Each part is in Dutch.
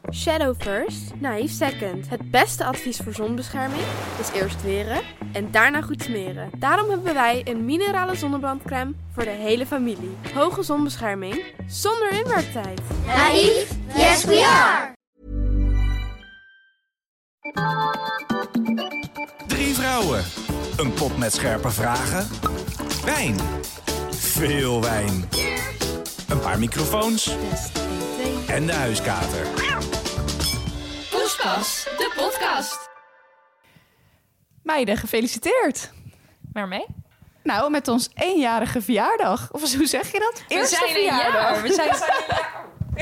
Shadow first, naïef second. Het beste advies voor zonbescherming is eerst weren en daarna goed smeren. Daarom hebben wij een minerale zonnebrandcrème voor de hele familie. Hoge zonbescherming zonder inwerktijd. Naïef? Yes we are! 3 vrouwen. Een pot met scherpe vragen. Wijn. Veel wijn. Een paar microfoons. En de huiskater. Poespas, de podcast. Meiden, gefeliciteerd. Waarmee? Nou, met ons 1-jarige verjaardag. Of hoe zeg je dat? Eerste verjaardag. We zijn een jaar.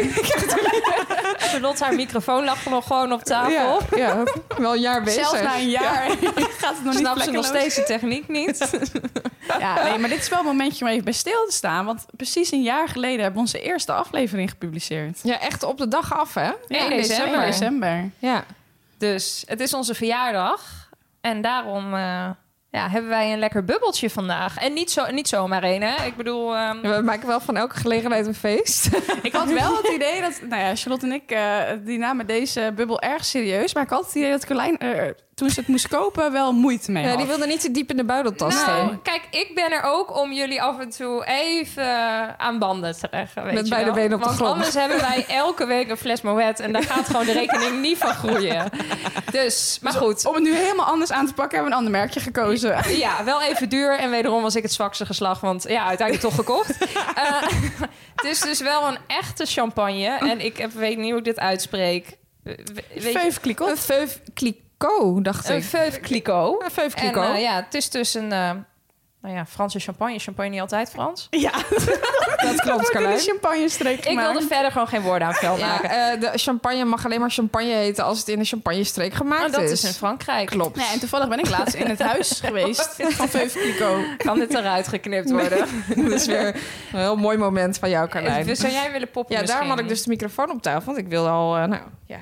Charlotte, haar microfoon lag nog gewoon op tafel. Ja, wel een jaar bezig. Zelfs na een jaar gaat het nog niet Snapt ze nog steeds de techniek niet? Ja, nee, maar dit is wel een momentje om even bij stil te staan. Want precies een jaar geleden hebben we onze eerste aflevering gepubliceerd. Ja, echt op de dag af, hè? 1 1 december. Ja. Dus het is onze verjaardag. En daarom hebben wij een lekker bubbeltje vandaag. En niet zomaar één, hè? Ik bedoel... We maken wel van elke gelegenheid een feest. Ik had wel het idee dat... Nou ja, Charlotte en ik die namen deze bubbel erg serieus. Maar ik had het idee dat Carlijn toen ze het moest kopen wel moeite mee had. Ja, die wilde niet te diep in de buidel tasten. Nou, kijk, ik ben er ook om jullie af en toe even aan banden te leggen. Weet Met je beide wel? benen op de Want grond. anders hebben wij elke week een fles Moet en daar gaat gewoon de rekening niet van groeien. Dus, maar goed. Om het nu helemaal anders aan te pakken, hebben we een ander merkje gekozen. Ja, wel even duur. En wederom was ik het zwakste geslacht, want ja, uiteindelijk toch gekocht. Het is dus wel een echte champagne. En ik weet niet hoe ik dit uitspreek. Veuve Clicquot. Een Veuve Clicquot, dacht Een ik. Veuve Clicquot. Een Veuve Clicquot. En ja, het is dus een Franse champagne. Champagne niet altijd Frans. Ja, Dat klopt, wordt in Carlijn. de champagne-streek Ik gemaakt. wilde verder gewoon geen woorden aan vuil maken. Ja, de champagne mag alleen maar champagne heten als het in de champagnestreek gemaakt Maar dat is. is in Frankrijk. Klopt. Ja, en toevallig ben ik laatst in het huis geweest van Veuve Clicquot. Kan dit eruit geknipt worden? Dat is weer een heel mooi moment van jou, Carlijn. Dus zou jij willen poppen Ja, misschien? daarom had ik dus de microfoon op tafel. Want ik wilde al, ja.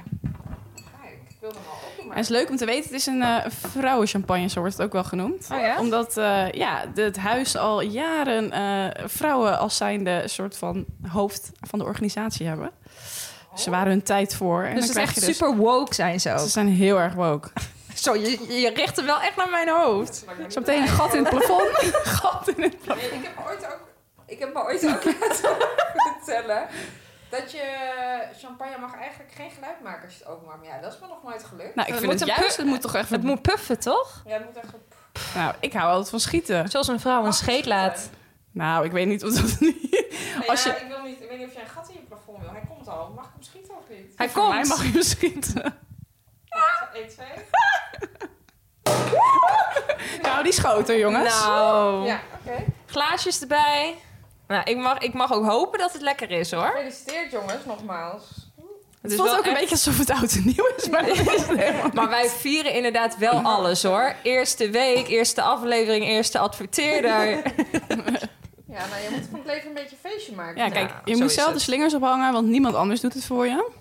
En het is leuk om te weten, het is een vrouwenchampagne, zo wordt het ook wel genoemd. Oh ja? Omdat het huis al jaren vrouwen als zijnde een soort van hoofd van de organisatie hebben. Ze waren hun tijd voor. En Dus dan het is krijg echt je dus, super woke zijn zo. ze zijn heel erg woke. Zo, je richt hem wel echt naar mijn hoofd. Zo meteen een gat in het plafond. Gat in het plafond. Ik heb me ooit ook laten vertellen dat je champagne mag eigenlijk geen geluid maken als je het openmaakt. Maar ja, dat is me nog nooit gelukt. Nou, ik Het vind moet het een juist, het moet toch even... Het moet puffen, toch? Ja, het moet echt... Nou, ik hou altijd van schieten. Zoals een vrouw een scheet laat. Nou, ik weet niet of dat niet... Als je... ik weet niet of jij een gat in je plafond wil. Hij komt al. Mag ik hem schieten of niet? Hij Voor mij komt. mag je schieten. 1, 2. Nou, die schoten, jongens. Nou, Ja, oké. glaasjes erbij. Nou, ik mag ook hopen dat het lekker is, hoor. Gefeliciteerd jongens, nogmaals. Het voelt ook een beetje alsof het oud en nieuw is. Maar, dat is het helemaal Maar wij vieren inderdaad wel alles, hoor. Eerste week, eerste aflevering, eerste adverteerder. Ja, nou, je moet van het leven een beetje een feestje maken. Ja, kijk, Ja, je zo moet is zelf het. de slingers ophangen, want niemand anders doet het voor je.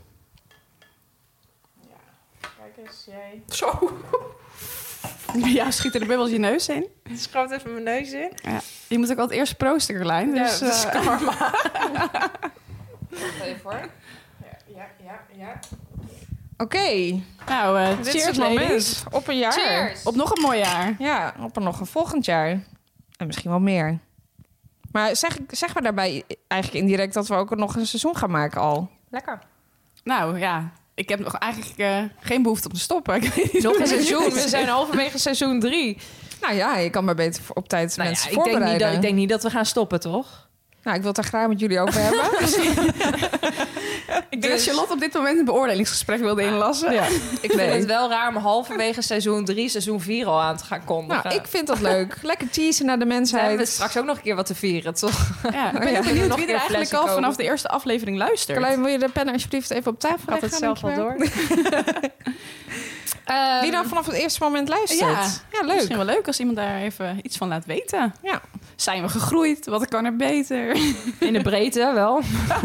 Kijk eens, jij. Zo, Bij jou schieten de bubbels je neus in. schroot even mijn neus in. Ja. Je moet ook altijd eerst proosten, Carlijn. Dus, Ja, dat is karma. Wacht even hoor. Ja. Oké, nou, dit is cheers, het ladies. moment. Op een jaar. Cheers. Op nog een mooi jaar. Ja, op nog een volgend jaar. En misschien wel meer. Maar zeg maar daarbij eigenlijk indirect dat we ook nog een seizoen gaan maken al. Lekker. Nou, ja. Ik heb nog eigenlijk geen behoefte om te stoppen. Ik weet niet Nog hoe een het seizoen. is. We zijn halverwege seizoen 3. Nou ja, je kan maar beter op tijd Nou mensen ja, voorbereiden. ik denk niet dat we gaan stoppen, toch? Nou, ik wil het daar graag met jullie over hebben. Ik denk dat Charlotte op dit moment een beoordelingsgesprek wilde inlassen. Ja. Ik vind het wel raar om halverwege seizoen 3, seizoen 4 al aan te gaan kondigen. Nou, ik vind dat leuk. Lekker teasen naar de Dan hebben mensheid. we straks ook nog een keer wat te vieren, toch? Ja, ik ben ja. ook benieuwd Nog wie een er keer eigenlijk flesje al kopen. vanaf de eerste aflevering luistert. Carlijn, wil je de pen alsjeblieft even op tafel Ik had het leggen? zelf al Dankjewel. door. Wie dan vanaf het eerste moment luistert. Ja, leuk. Misschien wel leuk als iemand daar even iets van laat weten. Ja. Zijn we gegroeid? Wat kan er beter? In de breedte wel.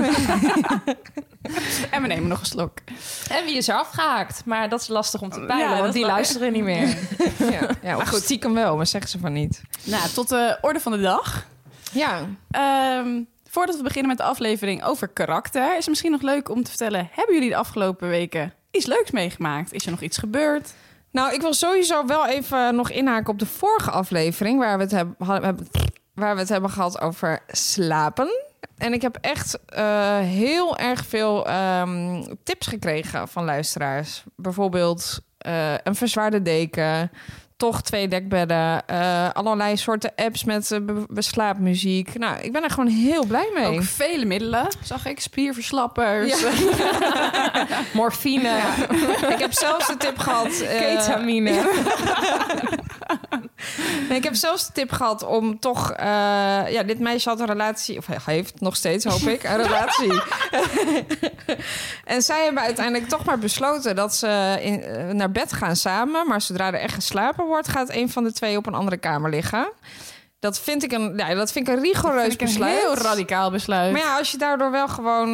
En we nemen nog een slok. En wie is er afgehaakt? Maar dat is lastig om te peilen, Ja, dat want is die wel- luisteren niet meer. Ja, maar goed, stiekem wel, maar zeggen ze van niet. Nou, tot de orde van de dag. Ja, Voordat we beginnen met de aflevering over karakter... is het misschien nog leuk om te vertellen... hebben jullie de afgelopen weken iets leuks meegemaakt? Is er nog iets gebeurd? Nou, ik wil sowieso wel even nog inhaken op de vorige aflevering... waar we het hebben gehad over slapen. En ik heb echt heel erg veel tips gekregen van luisteraars. Bijvoorbeeld een verzwaarde deken... toch 2 dekbedden, allerlei soorten apps met slaapmuziek. Nou, ik ben er gewoon heel blij mee. Ook vele middelen, zag ik. Spierverslappers. Ja. Morfine. Ja. Ik heb zelfs de tip gehad... ketamine. Nee, ik heb zelfs de tip gehad om toch... dit meisje had een relatie... of hij heeft nog steeds, hoop ik, een relatie. En zij hebben uiteindelijk toch maar besloten... dat ze naar bed gaan samen. Maar zodra er echt geslapen wordt... gaat een van de 2 op een andere kamer liggen. Dat vind ik een rigoureus besluit. Een heel radicaal besluit. Maar ja, als je daardoor wel gewoon...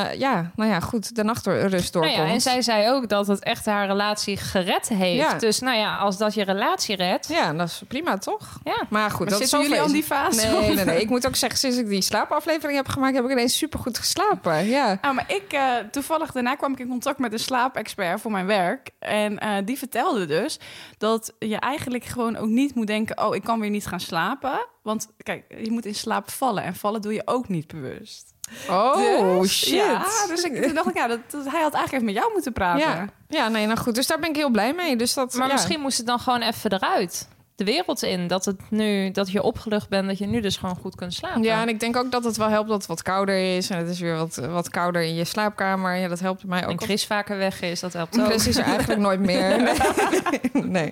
de nachtrust doorkomt. Nou ja, en zij zei ook dat het echt haar relatie gered heeft. Ja. Dus als dat je relatie redt... Ja, dat is prima, toch? Ja. Maar goed, dat zitten jullie al in die fase? Nee. Ik moet ook zeggen, sinds ik die slaapaflevering heb gemaakt... heb ik ineens supergoed geslapen. Ja. Maar ik toevallig daarna kwam ik in contact met een slaapexpert voor mijn werk. En die vertelde dus dat je eigenlijk gewoon ook niet moet denken... ik kan weer niet gaan slapen. Want kijk, je moet in slaap vallen. En vallen doe je ook niet bewust. Oh, dus, shit. Ja, dus toen dacht ik, hij had eigenlijk even met jou moeten praten. Ja, nee, nou goed. Dus daar ben ik heel blij mee. Dus maar misschien moest het dan gewoon even eruit. De wereld in. Dat je opgelucht bent. Dat je nu dus gewoon goed kunt slapen. Ja, en ik denk ook dat het wel helpt dat het wat kouder is. En het is weer wat kouder in je slaapkamer. Ja, dat helpt mij ook. En Chris vaker weg is, dat helpt ook. Chris is er eigenlijk nooit meer. Nee.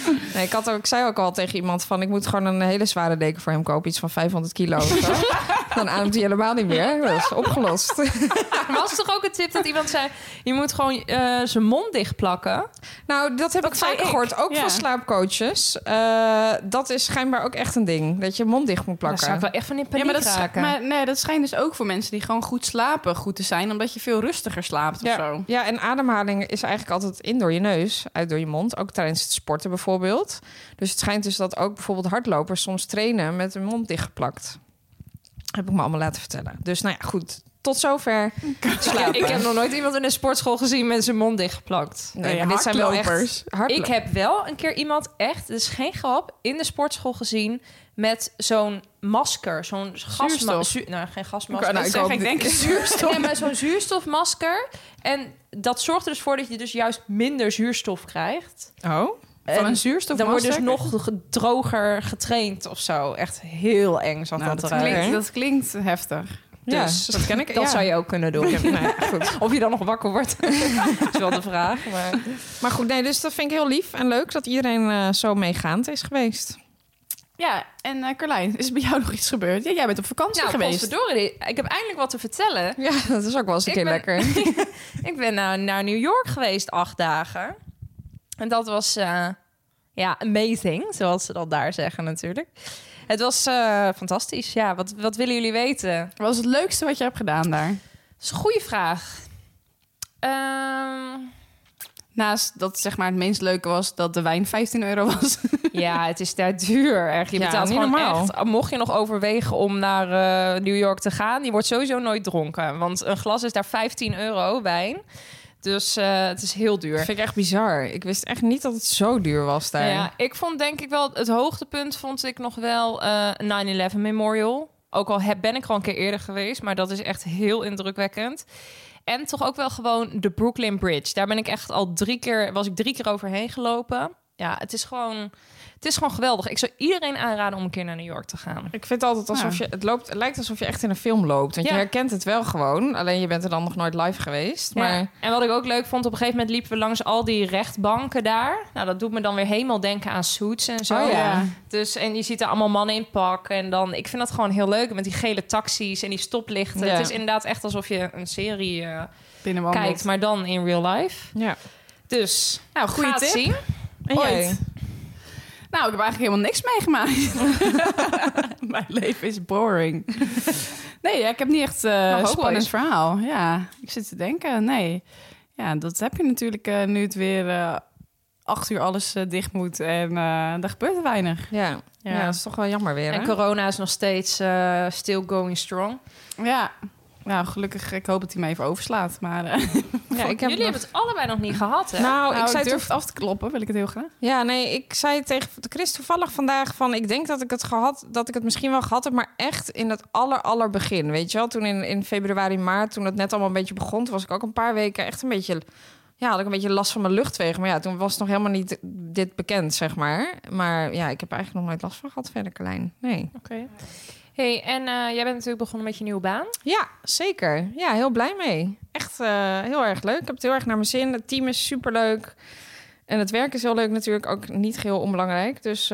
Ik zei ook al tegen iemand van... ik moet gewoon een hele zware deken voor hem kopen. Iets van 500 kilo of zo. Dan ademt hij helemaal niet meer. Dat is opgelost. Maar was toch ook een tip dat iemand zei... je moet gewoon zijn mond dicht plakken? Nou, dat heb ik vaker gehoord. Ook van slaapcoaches. Dat is schijnbaar ook echt een ding. Dat je mond dicht moet plakken. Daar zou ik wel echt van in paniek raken. Dat schijnt dus ook voor mensen die gewoon goed slapen goed te zijn. Omdat je veel rustiger slaapt of zo. Ja, en ademhaling is eigenlijk altijd in door je neus. Uit door je mond. Ook tijdens het sporten bijvoorbeeld. Dus het schijnt dus dat ook bijvoorbeeld hardlopers soms trainen met hun mond dichtgeplakt. Heb ik me allemaal laten vertellen. Dus nou ja, goed. Tot zover slapen. Ik heb nog nooit iemand in een sportschool gezien met zijn mond dichtgeplakt. Nee, dit zijn wel echt Ik heb wel een keer iemand echt, dat is geen grap, in de sportschool gezien met zo'n masker, zo'n gasmasker. Geen gasmasker. Ik denk zuurstof. Nee, maar zo'n zuurstofmasker. En dat zorgt er dus voor dat je dus juist minder zuurstof krijgt. Oh. Van een zuurstofmasker? Dan word je dus nog droger getraind of zo. Echt heel eng zat dat eruit. Dat klinkt heftig. Dus dat ken ik. Dat zou je ook kunnen doen. Goed. Of je dan nog wakker wordt, is wel de vraag. Maar goed, nee, dus dat vind ik heel lief en leuk dat iedereen zo meegaand is geweest. Ja, en Carlijn, is er bij jou nog iets gebeurd? Ja, jij bent op vakantie geweest. Verdorie, ik heb eindelijk wat te vertellen. Ja, dat is ook wel eens een keer lekker. Ik ben naar New York geweest 8 dagen. En dat was amazing, zoals ze dat daar zeggen natuurlijk. Het was fantastisch. Ja, wat willen jullie weten? Wat was het leukste wat je hebt gedaan daar? Dat is een goede vraag. Naast dat zeg maar het minst leuke was dat de wijn €15 was. Ja, het is daar duur. Erg. Je betaalt gewoon normaal. Echt. Mocht je nog overwegen om naar New York te gaan, die wordt sowieso nooit dronken. Want een glas is daar €15 wijn. Dus het is heel duur. Dat vind ik echt bizar. Ik wist echt niet dat het zo duur was daar. Ja, ik vond denk ik wel... Het hoogtepunt vond ik nog wel 9/11 Memorial. Ook al ben ik al een keer eerder geweest. Maar dat is echt heel indrukwekkend. En toch ook wel gewoon de Brooklyn Bridge. Daar ben ik echt al 3 keer overheen gelopen. Ja, het is gewoon geweldig. Ik zou iedereen aanraden om een keer naar New York te gaan. Ik vind altijd alsof het lijkt alsof je echt in een film loopt. Want je herkent het wel gewoon. Alleen je bent er dan nog nooit live geweest. Maar... Ja. En wat ik ook leuk vond, op een gegeven moment liepen we langs al die rechtbanken daar. Nou, dat doet me dan weer helemaal denken aan Suits en zo. Oh, ja. Dus, en je ziet er allemaal mannen in pak. En dan, ik vind dat gewoon heel leuk. Met die gele taxis en die stoplichten. Ja. Het is inderdaad echt alsof je een serie kijkt, maar dan in real life. Ja. Dus, goede tip. Zien. En jij? Nou, ik heb eigenlijk helemaal niks meegemaakt. Mijn leven is boring. Nee, ik heb niet echt een spannend verhaal. Ja, ik zit te denken, nee. Ja, dat heb je natuurlijk nu het weer 8 uur alles dicht moet. En daar gebeurt er weinig. Ja, dat is toch wel jammer weer, hè? En corona is nog steeds still going strong. Ja. Nou, gelukkig, ik hoop dat hij me even overslaat. Maar Jullie hebben het allebei nog niet gehad, hè? Nou, ik zei durf het af te kloppen, wil ik het heel graag. Ja, nee, ik zei tegen Chris toevallig vandaag van... ik denk dat ik het misschien wel gehad heb... maar echt in het allerbegin, weet je wel? Toen in februari, maart, toen het net allemaal een beetje begon... was ik ook een paar weken echt een beetje... Ja, had ik een beetje last van mijn luchtwegen. Maar ja, toen was het nog helemaal niet dit bekend, zeg maar. Maar ja, ik heb eigenlijk nog nooit last van gehad verder, Carlijn. Nee. Oké. Hey, en jij bent natuurlijk begonnen met je nieuwe baan. Ja, zeker. Ja, heel blij mee. Echt heel erg leuk. Ik heb het heel erg naar mijn zin. Het team is superleuk. En het werk is heel leuk natuurlijk. Ook niet geheel onbelangrijk. Dus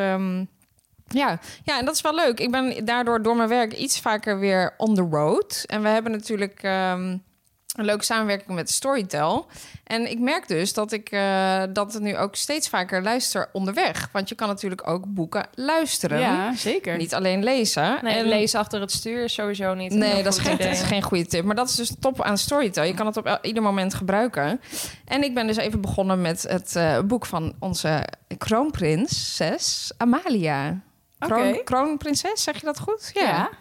ja, en dat is wel leuk. Ik ben daardoor door mijn werk iets vaker weer on the road. En we hebben natuurlijk... een leuke samenwerking met Storytel. En ik merk dus dat ik dat nu ook steeds vaker luister onderweg. Want je kan natuurlijk ook boeken luisteren. Ja, zeker. Niet alleen lezen. Nee, en lezen achter het stuur is sowieso niet. Nee, dat is geen goede tip. Maar dat is dus top aan Storytel. Je kan het op ieder moment gebruiken. En ik ben dus even begonnen met het boek van onze kroonprinses Amalia. Kroonprinses, zeg je dat goed? Ja.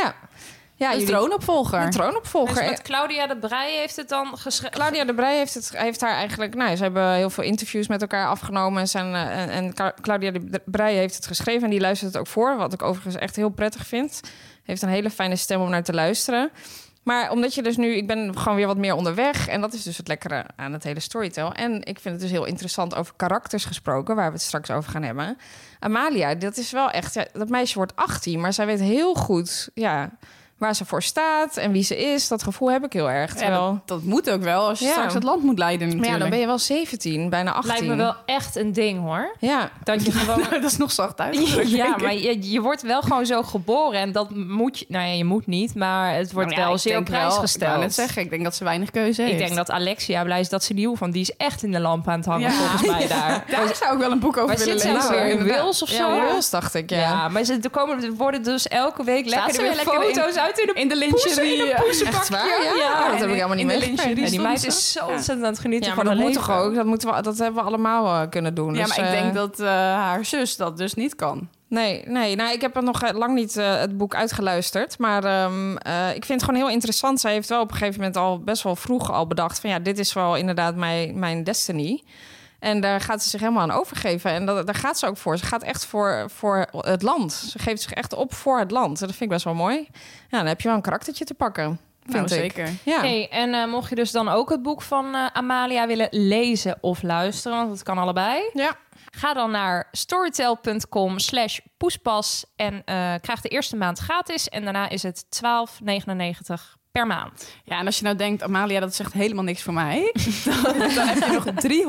Ja, de troonopvolger. De troonopvolger. Dus met Claudia de Breij heeft het dan geschreven? Claudia de Breij heeft haar eigenlijk... Nou, ze hebben heel veel interviews met elkaar afgenomen. En Claudia de Breij heeft het geschreven en die luistert het ook voor. Wat ik overigens echt heel prettig vind. Heeft een hele fijne stem om naar te luisteren. Maar omdat je dus nu... Ik ben gewoon weer wat meer onderweg. En dat is dus het lekkere aan het hele Storytel. En ik vind het dus heel interessant over karakters gesproken... waar we het straks over gaan hebben. Amalia, dat is wel echt... Ja, dat meisje wordt 18, maar zij weet heel goed... waar ze voor staat en wie ze is. Dat gevoel heb ik heel erg. Terwijl... Ja, dat moet ook wel als je straks het land moet leiden natuurlijk. Maar ja, dan ben je wel 17, bijna 18. Lijkt me wel echt een ding, hoor. Ja. Dat je gewoon... dat is nog zacht uitgedrukt. Ja, maar je wordt wel gewoon zo geboren. En dat moet je... Nou ja, je moet niet, maar het wordt wel zeer op prijs gesteld. Ik wou net zeggen, ik denk dat ze weinig keuze heeft. Ik denk dat Alexia blij is dat ze die hoeft, want die is echt in de lamp aan het hangen, volgens mij daar. Daar zou ik wel een boek over willen lezen. Zit ze weer in Wales of zo? Ja, Wales dacht ik, ja. Maar er worden dus elke week lekker foto's uit in de lingerie. Echt waar? Ja, dat heb ik helemaal niet meegemaakt. Die meid is zo ontzettend aan het genieten van dat haar moet leven. toch ook? Dat hebben we allemaal kunnen doen. Ja, dus, maar ik denk dat haar zus dat dus niet kan. Nee. Nou, ik heb er nog lang niet het boek uitgeluisterd. Maar ik vind het gewoon heel interessant. Zij heeft wel op een gegeven moment al best wel vroeg al bedacht... van ja, dit is wel inderdaad mijn destiny... En daar gaat ze zich helemaal aan overgeven. En daar gaat ze ook voor. Ze gaat echt voor het land. Ze geeft zich echt op voor het land. En dat vind ik best wel mooi. Ja, dan heb je wel een karaktertje te pakken. Vind ik. Zeker. Ja. Hey, en mocht je dus dan ook het boek van Amalia willen lezen of luisteren... want het kan allebei... Ja. Ga dan naar storytel.com/poespas... en krijg de eerste maand gratis. En daarna is het €12,99 per maand. Ja, en als je nou denkt, Amalia, dat is echt helemaal niks voor mij... dan heb je nog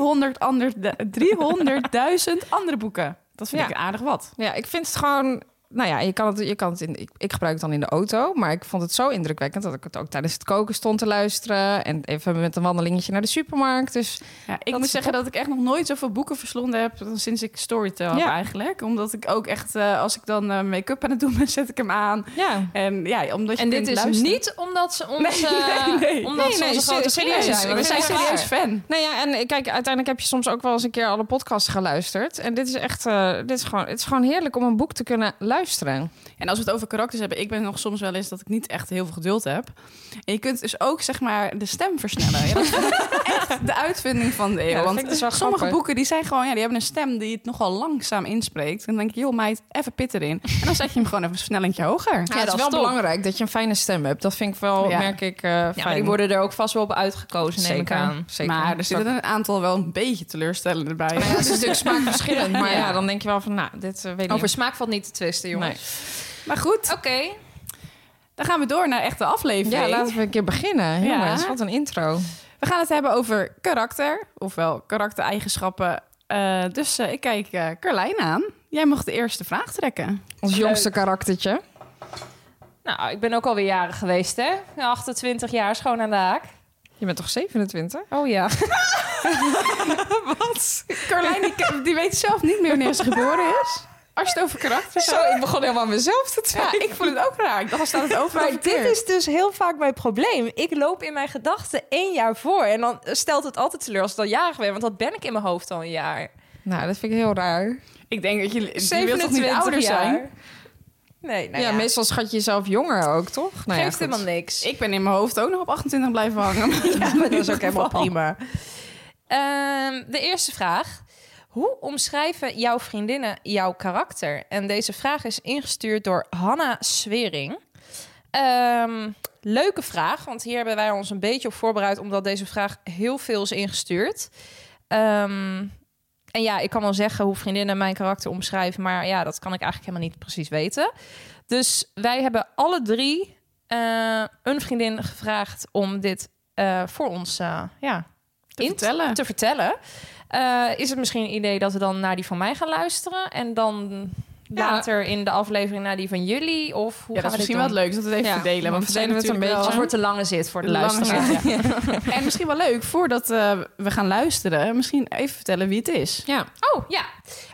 300.000 andere boeken. Dat vind ik aardig wat. Ja, ik vind het gewoon... Nou ja, je kan het ik gebruik het dan in de auto, maar ik vond het zo indrukwekkend dat ik het ook tijdens het koken stond te luisteren en even met een wandelingetje naar de supermarkt. Dus ja, ik moet zeggen dat ik echt nog nooit zoveel boeken verslonden heb dan sinds ik Storytel heb eigenlijk. Omdat ik ook echt, als ik dan make-up aan het doen ben, zet ik hem aan. Ja. En ja, omdat je en dit is luisteren. niet omdat ze ons omdat ze onze grote serieus zijn. We zijn serieus fan. Nou ja, en kijk, uiteindelijk heb je soms ook wel eens een keer alle podcasts geluisterd. En dit is echt, het is gewoon heerlijk om een boek te kunnen luisteren. En als we het over karakters hebben, ik ben nog soms wel eens dat ik niet echt heel veel geduld heb. En je kunt dus ook, zeg maar, de stem versnellen. Ja, dat is echt de uitvinding van de eeuw. Ja, want dus sommige boeken die zijn gewoon, die hebben een stem die het nogal langzaam inspreekt. En dan denk je, joh meid, even pit erin. En dan zet je hem gewoon even een versnellingje hoger. Ja, het is wel belangrijk dat je een fijne stem hebt. Dat vind ik wel, merk ik, fijn. Ja, maar die worden er ook vast wel op uitgekozen, neem ik aan. Zeker. Maar er zitten een aantal wel een beetje teleurstellende bij. Ja, het is natuurlijk smaakverschillend. Maar ja, dan denk je wel van, nou, dit weet ik Over niet. smaak valt niet te twisten, jongens. Nee. Maar goed, Oké. dan gaan we door naar echt de aflevering. Ja, laten we een keer beginnen. Jongens, wat een intro. We gaan het hebben over karakter, ofwel karaktereigenschappen. Dus ik kijk Carlijn aan. Jij mag de eerste vraag trekken. Ons jongste karaktertje. Nou, ik ben ook alweer jaren geweest, hè? 28 jaar, schoon aan de haak. Je bent toch 27? Oh ja. Wat? Carlijn, die weet zelf niet meer wanneer ze geboren is. Als je het over karakter Zo, ik begon helemaal aan mezelf te twijfelen. Ja, ik vond het ook raar. Ik dacht, dan staat het overal Maar dit is dus heel vaak mijn probleem. Ik loop in mijn gedachten 1 jaar voor. En dan stelt het altijd teleur als ik al jarig ben. Want dat ben ik in mijn hoofd al een jaar. Nou, dat vind ik heel raar. Ik denk dat je wilt toch niet ouder zijn? Nee, Ja, meestal schat je jezelf jonger ook, toch? Nou, geeft helemaal niks. Ik ben in mijn hoofd ook nog op 28 blijven hangen. Ja, maar dat is ook helemaal prima. De eerste vraag. Hoe omschrijven jouw vriendinnen jouw karakter? En deze vraag is ingestuurd door Hanna Swering. Leuke vraag, want hier hebben wij ons een beetje op voorbereid... omdat deze vraag heel veel is ingestuurd. En ja, ik kan wel zeggen hoe vriendinnen mijn karakter omschrijven... maar ja, dat kan ik eigenlijk helemaal niet precies weten. Dus wij hebben alle 3 een vriendin gevraagd... om dit voor ons te vertellen. Is het misschien een idee dat we dan naar die van mij gaan luisteren... en dan later in de aflevering naar die van jullie? Of hoe gaan we dit misschien doen? wel leuk dat we het even verdelen. Want we verdelen het een beetje. Als wordt te lange zit voor de luisteraar. En misschien wel leuk, voordat we gaan luisteren... misschien even vertellen wie het is. Ja. Oh, ja.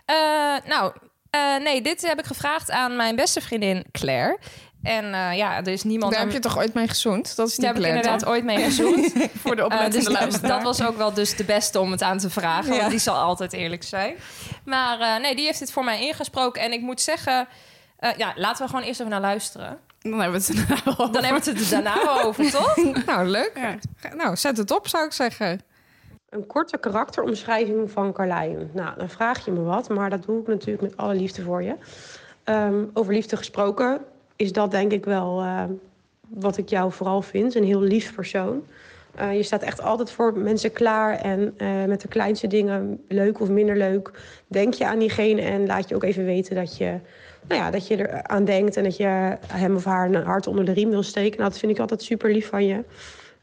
Nee, dit heb ik gevraagd aan mijn beste vriendin Claire. En er is niemand... Daar heb je toch ooit mee gezoend? Dat is die Daar heb ik Claire, inderdaad ooit mee gezoend. Voor de oplettende luisteraar. Dat was ook wel dus de beste om het aan te vragen. Want die zal altijd eerlijk zijn. Maar die heeft dit voor mij ingesproken. En ik moet zeggen... laten we gewoon eerst even naar luisteren. Dan hebben we het daarna over. Dan hebben we het er daarna wel over, toch? Nou, leuk. Ja. Nou, zet het op, zou ik zeggen. Een korte karakteromschrijving van Carlijn. Nou, dan vraag je me wat, maar dat doe ik natuurlijk met alle liefde voor je. Over liefde gesproken is dat denk ik wel wat ik jou vooral vind. Een heel lief persoon. Je staat echt altijd voor mensen klaar en met de kleinste dingen, leuk of minder leuk, denk je aan diegene en laat je ook even weten dat je er aan denkt en dat je hem of haar een hart onder de riem wil steken. Nou, dat vind ik altijd super lief van je.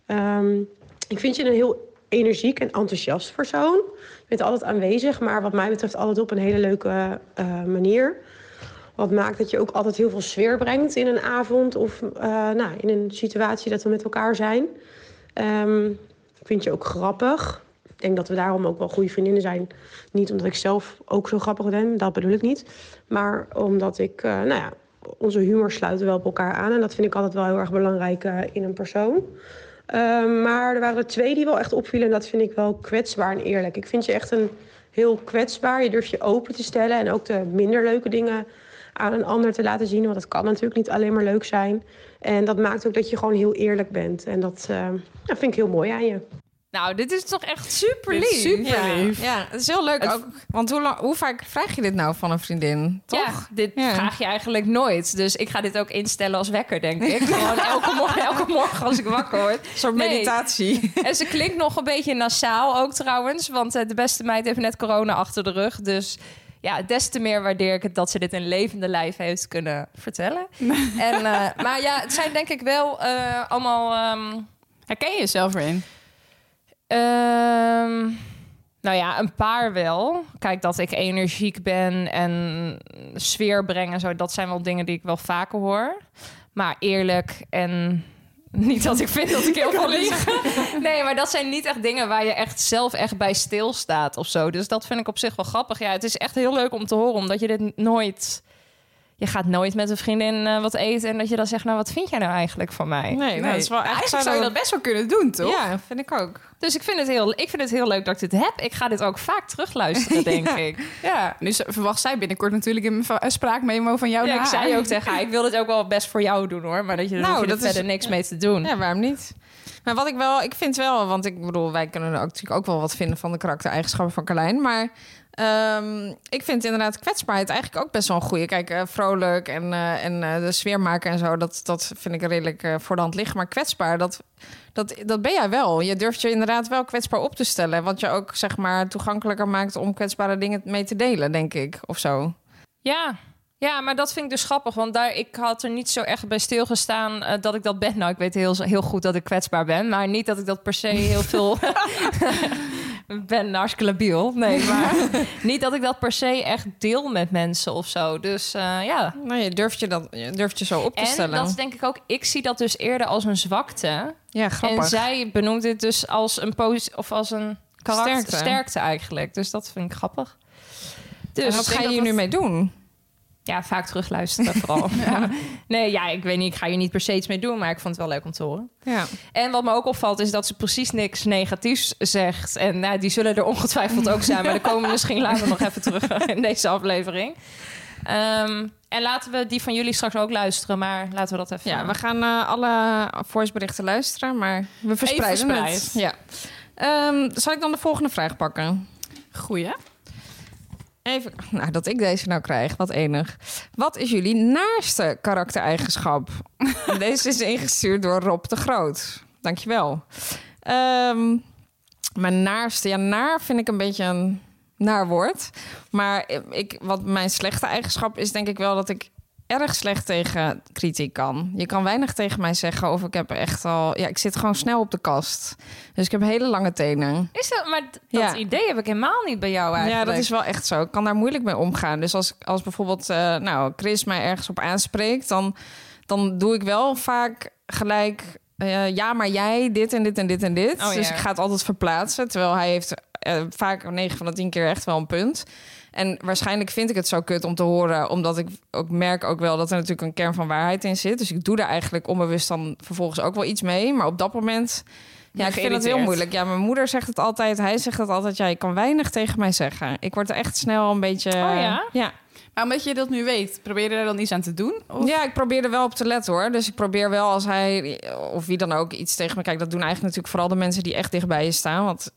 Ik vind je een heel energiek en enthousiast persoon. Je bent altijd aanwezig, maar wat mij betreft altijd op een hele leuke manier. Wat maakt dat je ook altijd heel veel sfeer brengt in een avond of in een situatie dat we met elkaar zijn. Ik vind je ook grappig. Ik denk dat we daarom ook wel goede vriendinnen zijn. Niet omdat ik zelf ook zo grappig ben, dat bedoel ik niet. Maar omdat ik, onze humor sluiten wel op elkaar aan. En dat vind ik altijd wel heel erg belangrijk in een persoon. Maar er waren er 2 die wel echt opvielen. En dat vind ik wel kwetsbaar en eerlijk. Ik vind je echt een heel kwetsbaar. Je durft je open te stellen. En ook de minder leuke dingen aan een ander te laten zien. Want het kan natuurlijk niet alleen maar leuk zijn. En dat maakt ook dat je gewoon heel eerlijk bent. En dat vind ik heel mooi aan je. Nou, dit is toch echt super lief. Super lief. Ja, het is heel leuk ook. Want hoe vaak vraag je dit nou van een vriendin? Toch? Ja, dit vraag je eigenlijk nooit. Dus ik ga dit ook instellen als wekker, denk ik. Gewoon elke morgen als ik wakker word. Zo'n meditatie. En ze klinkt nog een beetje nasaal ook trouwens. Want de beste meid heeft net corona achter de rug. Dus ja, des te meer waardeer ik het dat ze dit in levende lijf heeft kunnen vertellen. Maar ja, het zijn denk ik wel allemaal... Herken je jezelf erin? Een paar wel. Kijk, dat ik energiek ben en sfeer breng en zo. Dat zijn wel dingen die ik wel vaker hoor. Maar eerlijk en... Niet dat ik vind dat ik heel veel lieg. Nee, maar dat zijn niet echt dingen waar je echt zelf echt bij stilstaat of zo. Dus dat vind ik op zich wel grappig. Ja, het is echt heel leuk om te horen, omdat je dit nooit... Je gaat nooit met een vriendin wat eten en dat je dan zegt... nou, wat vind jij nou eigenlijk van mij? Nee, dat is wel eigenlijk zou je dat best wel kunnen doen, toch? Ja, vind ik ook. Dus ik vind het heel leuk dat ik dit heb. Ik ga dit ook vaak terugluisteren, denk ik. Ja. Nu verwacht zij binnenkort natuurlijk een spraakmemo van jou. Ja, ik zei ook tegen haar, ik wil dit ook wel best voor jou doen, hoor. Maar dat je er verder niks mee te doen. Ja, waarom niet? Maar wat ik vind wel... Want ik bedoel, wij kunnen er natuurlijk ook wel wat vinden... van de karaktereigenschappen van Carlijn. Maar ik vind inderdaad kwetsbaarheid eigenlijk ook best wel een goeie. Kijk, vrolijk en de sfeer maken en zo... dat vind ik redelijk voor de hand liggen. Maar kwetsbaar, dat ben jij wel. Je durft je inderdaad wel kwetsbaar op te stellen. Wat je ook, zeg maar, toegankelijker maakt... om kwetsbare dingen mee te delen, denk ik. Of zo. Ja, maar dat vind ik dus grappig. Want ik had er niet zo echt bij stilgestaan dat ik dat ben. Nou, ik weet heel goed dat ik kwetsbaar ben. Maar niet dat ik dat per se heel veel... Ik ben hartstikke labiel. Nee, maar niet dat ik dat per se echt deel met mensen of zo. Dus ja. Nou, je durft je zo op te stellen. En dat is denk ik ook... Ik zie dat dus eerder als een zwakte. Ja, grappig. En zij benoemt dit dus als een als een sterkte eigenlijk. Dus dat vind ik grappig. Dus en wat ga je hier nu mee doen? Ja, vaak terugluisteren vooral. Nee, ik weet niet. Ik ga hier niet per se iets mee doen, maar ik vond het wel leuk om te horen. Ja. En wat me ook opvalt is dat ze precies niks negatiefs zegt. En die zullen er ongetwijfeld ook zijn, maar daar komen we misschien later nog even terug in deze aflevering. En laten we die van jullie straks ook luisteren, maar laten we dat even... Ja, we gaan alle voiceberichten luisteren, maar we verspreiden het. Ja. Zal ik dan de volgende vraag pakken? Goeie. Even, nou, dat ik deze nou krijg, wat enig. Wat is jullie naarste karaktereigenschap? Deze is ingestuurd door Rob de Groot. Dankjewel. Mijn naarste, naar vind ik een beetje een naar woord. Maar wat mijn slechte eigenschap is, denk ik wel dat ik erg slecht tegen kritiek kan. Je kan weinig tegen mij zeggen of ik heb echt al... Ja, ik zit gewoon snel op de kast. Dus ik heb hele lange tenen. Is dat? Maar dat idee heb ik helemaal niet bij jou eigenlijk. Ja, dat is wel echt zo. Ik kan daar moeilijk mee omgaan. Dus als bijvoorbeeld Chris mij ergens op aanspreekt, dan doe ik wel vaak gelijk... ja, maar jij dit en dit en dit en dit. Oh, dus ja. ik ga het altijd verplaatsen. Terwijl hij heeft vaak 9 van de 10 keer echt wel een punt. En waarschijnlijk vind ik het zo kut om te horen, omdat ik ook merk ook wel dat er natuurlijk een kern van waarheid in zit. Dus ik doe daar eigenlijk onbewust dan vervolgens ook wel iets mee. Maar op dat moment, ik vind het heel moeilijk. Ja, mijn moeder zegt het altijd, hij zegt het altijd. Ja, je kan weinig tegen mij zeggen. Ik word er echt snel een beetje... Oh ja? Ja. Maar omdat je dat nu weet, probeer je er dan iets aan te doen? Of? Ja, ik probeer er wel op te letten, hoor. Dus ik probeer wel als hij, of wie dan ook, iets tegen me... Kijk, dat doen eigenlijk natuurlijk vooral de mensen die echt dichtbij je staan. Want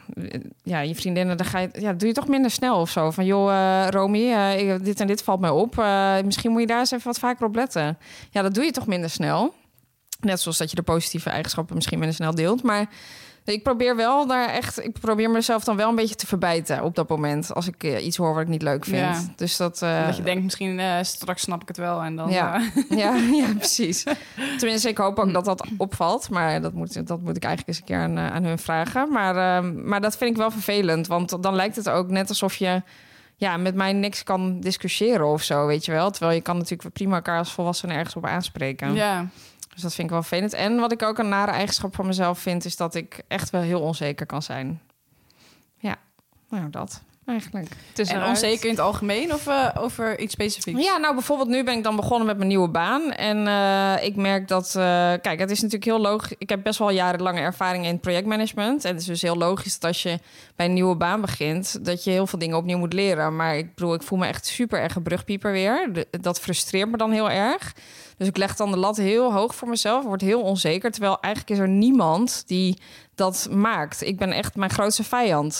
je vriendinnen, dan doe je toch minder snel of zo. Van, joh, Romy, dit en dit valt mij op. Misschien moet je daar eens even wat vaker op letten. Ja, dat doe je toch minder snel. Net zoals dat je de positieve eigenschappen misschien minder snel deelt. Maar ik probeer wel ik probeer mezelf dan wel een beetje te verbijten op dat moment. Als ik iets hoor wat ik niet leuk vind. Ja. Dus dat je denkt, misschien straks snap ik het wel en dan... Ja, ja, precies. Tenminste, ik hoop ook dat dat opvalt. Maar dat moet ik eigenlijk eens een keer aan hun vragen. Maar dat vind ik wel vervelend. Want dan lijkt het ook net alsof je met mij niks kan discussiëren of zo, weet je wel. Terwijl je kan natuurlijk prima elkaar als volwassenen ergens op aanspreken. Ja. Dus dat vind ik wel vervelend. En wat ik ook een nare eigenschap van mezelf vind, is dat ik echt wel heel onzeker kan zijn. Ja, nou dat eigenlijk. En onzeker in het algemeen of over iets specifieks? Ja, nou bijvoorbeeld nu ben ik dan begonnen met mijn nieuwe baan. En ik merk dat... kijk, het is natuurlijk heel logisch. Ik heb best wel jarenlange ervaring in projectmanagement. En het is dus heel logisch dat als je bij een nieuwe baan begint, dat je heel veel dingen opnieuw moet leren. Maar ik voel me echt super erg een brugpieper weer. Dat frustreert me dan heel erg. Dus ik leg dan de lat heel hoog voor mezelf. Word heel onzeker. Terwijl eigenlijk is er niemand die dat maakt. Ik ben echt mijn grootste vijand.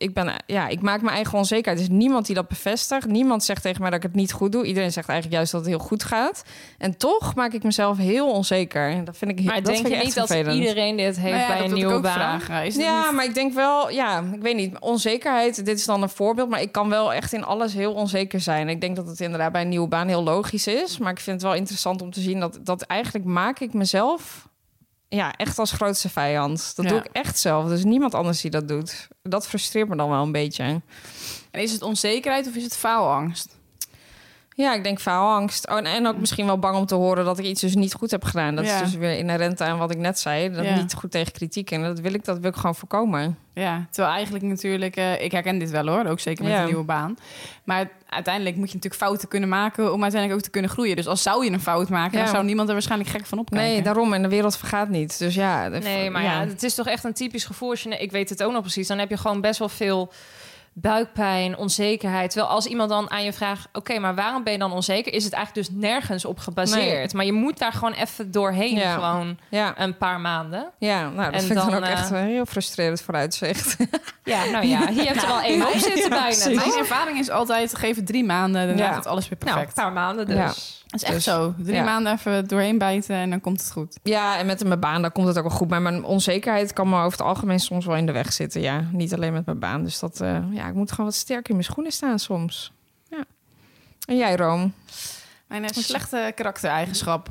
Ik maak mijn eigen onzekerheid. Er is niemand die dat bevestigt. Niemand zegt tegen mij dat ik het niet goed doe. Iedereen zegt eigenlijk juist dat het heel goed gaat. En toch maak ik mezelf heel onzeker. En dat vind ik Maar denk je niet dat iedereen dit heeft bij een nieuwe baan? Maar ik denk wel, ik weet niet. Onzekerheid, dit is dan een voorbeeld. Maar ik kan wel echt in alles heel onzeker zijn. Ik denk dat het inderdaad bij een nieuwe baan heel logisch is. Maar ik vind het wel interessant om te zien dat eigenlijk maak ik mezelf echt als grootste vijand. Dat doe ik echt zelf. Dus niemand anders die dat doet. Dat frustreert me dan wel een beetje. En is het onzekerheid of is het faalangst? Ja, ik denk faalangst. Oh, en ook misschien wel bang om te horen dat ik iets dus niet goed heb gedaan. Dat is dus weer inherent aan wat ik net zei. Dat niet goed tegen kritiek. En dat wil ik gewoon voorkomen. Ja, terwijl eigenlijk natuurlijk... ik herken dit wel hoor, ook zeker met een nieuwe baan. Maar uiteindelijk moet je natuurlijk fouten kunnen maken om uiteindelijk ook te kunnen groeien. Dus als zou je een fout maken, dan zou niemand er waarschijnlijk gek van opkijken. Nee, daarom. En de wereld vergaat niet. Dus Nee, maar het is toch echt een typisch gevoel. Ik weet het ook nog precies. Dan heb je gewoon best wel veel buikpijn, onzekerheid. Terwijl als iemand dan aan je vraagt, oké, maar waarom ben je dan onzeker? Is het eigenlijk dus nergens op gebaseerd. Nee. Maar je moet daar gewoon even doorheen, gewoon een paar maanden. Ja, nou, dat vind ik dan ook echt heel frustrerend vooruitzicht. Ja, nou ja, hier hebt er wel één op zitten bijna. Mijn ervaring is altijd, geef het 3 maanden, dan gaat alles weer perfect. Nou, een paar maanden dus. Ja. Dat is echt zo. 3 maanden even doorheen bijten en dan komt het goed. Ja, en met mijn baan, dan komt het ook wel goed. Maar mijn onzekerheid kan me over het algemeen soms wel in de weg zitten. Ja, niet alleen met mijn baan. Dus dat, ik moet gewoon wat sterker in mijn schoenen staan soms. Ja. En jij, Room? Mijn slechte karaktereigenschap.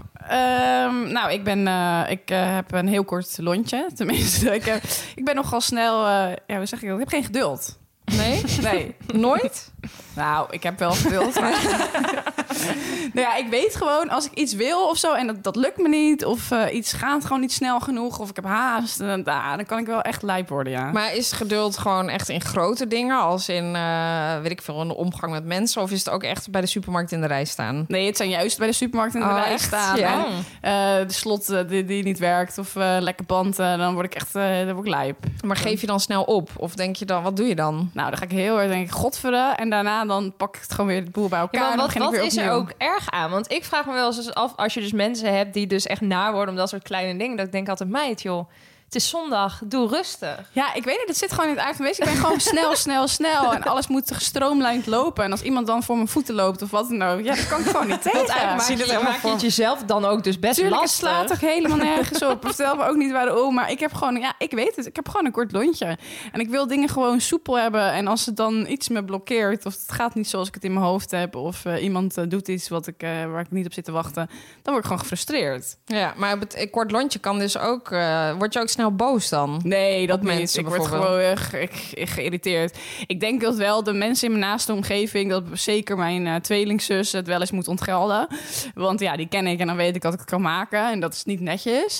Ik heb een heel kort lontje. Tenminste, ik ben nogal snel... hoe zeg ik dat? Ik heb geen geduld. Nee? Nee. Nooit? Nou, ik heb wel geduld. Maar Nou ja, ik weet gewoon, als ik iets wil of zo en dat lukt me niet, of iets gaat gewoon niet snel genoeg, of ik heb haast, dan kan ik wel echt lijp worden, ja. Maar is geduld gewoon echt in grote dingen, als in, weet ik veel, in de omgang met mensen, of is het ook echt bij de supermarkt in de rij staan? Nee, het zijn juist bij de supermarkt in de rij echt? staan. Ja. En, de slot die niet werkt, of lekker band, dan word ik echt dan word ik lijp. Maar geef je dan snel op? Of denk je dan, wat doe je dan? Nou, dan ga ik heel erg denken, godverdomme. En daarna dan pak ik het gewoon weer de boel bij elkaar. Ja, en maar dan begin ik wat weer is er opnieuw. ook erg aan? Want ik vraag me wel eens af, als je dus mensen hebt die dus echt naar worden om dat soort kleine dingen, dat ik denk altijd, meid joh, het is zondag, doe rustig. Ja, ik weet niet, het zit gewoon in het aard van wezen. Ik ben gewoon snel. En alles moet gestroomlijnd lopen. En als iemand dan voor mijn voeten loopt of wat dan ook, ja, dat kan ik gewoon niet tegen. Maak je het jezelf dan ook dus best Tuurlijk, het lastig. slaat toch helemaal nergens op. Vertel me ook niet waarom. Maar ik heb gewoon, ja, ik weet het. Ik heb gewoon een kort lontje. En ik wil dingen gewoon soepel hebben. En als het dan iets me blokkeert, of het gaat niet zoals ik het in mijn hoofd heb, of iemand doet iets waar ik niet op zit te wachten, dan word ik gewoon gefrustreerd. Ja, maar het kort lontje kan dus ook, word je ook snel boos dan? Nee, dat Op niet. mensen Ik word bijvoorbeeld. gewoon geïrriteerd. Ik denk dat wel de mensen in mijn naaste omgeving, dat zeker mijn tweelingzus het wel eens moet ontgelden. Want ja, die ken ik en dan weet ik dat ik het kan maken. En dat is niet netjes.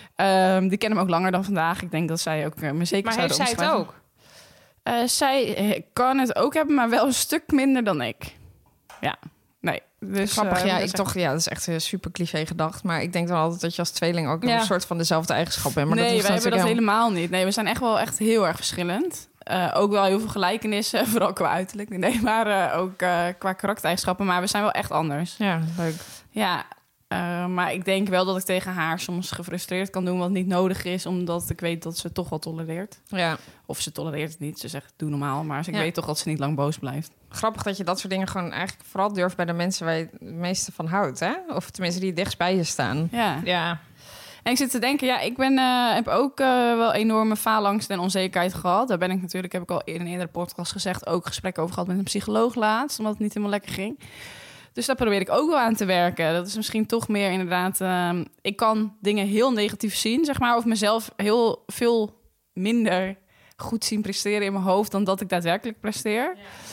Die kennen me ook langer dan vandaag. Ik denk dat zij ook me zeker Maar zouden heeft zij het omschrijven. ook? Zij kan het ook hebben, maar wel een stuk minder dan ik. Ja, nee. Dus, Grappig, ja, dus dat is echt een super cliché gedacht. Maar ik denk dan altijd dat je als tweeling ook Ja. een soort van dezelfde eigenschap bent. Maar nee, dat wij hebben dat natuurlijk helemaal niet. Nee, we zijn echt wel echt heel erg verschillend. Ook wel heel veel gelijkenissen, vooral qua uiterlijk. Nee, maar ook qua karaktereigenschappen. Maar we zijn wel echt anders. Ja, leuk. Ja, maar ik denk wel dat ik tegen haar soms gefrustreerd kan doen wat niet nodig is, omdat ik weet dat ze het toch wel tolereert. Ja, Of ze tolereert het niet. Ze zegt, doe normaal. Maar ik Ja. weet toch dat ze niet lang boos blijft. grappig dat je dat soort dingen gewoon eigenlijk vooral durft bij de mensen waar je het meeste van houdt, hè? Of tenminste die dichtst bij je staan. Ja. Ja. En ik zit te denken, ja, ik heb ook wel enorme faalangst en onzekerheid gehad. Daar ben ik natuurlijk, heb ik al in een eerdere podcast gezegd, ook gesprekken over gehad met een psycholoog laatst, omdat het niet helemaal lekker ging. Dus daar probeer ik ook wel aan te werken. Dat is misschien toch meer inderdaad, ik kan dingen heel negatief zien, zeg maar, of mezelf heel veel minder goed zien presteren in mijn hoofd dan dat ik daadwerkelijk presteer.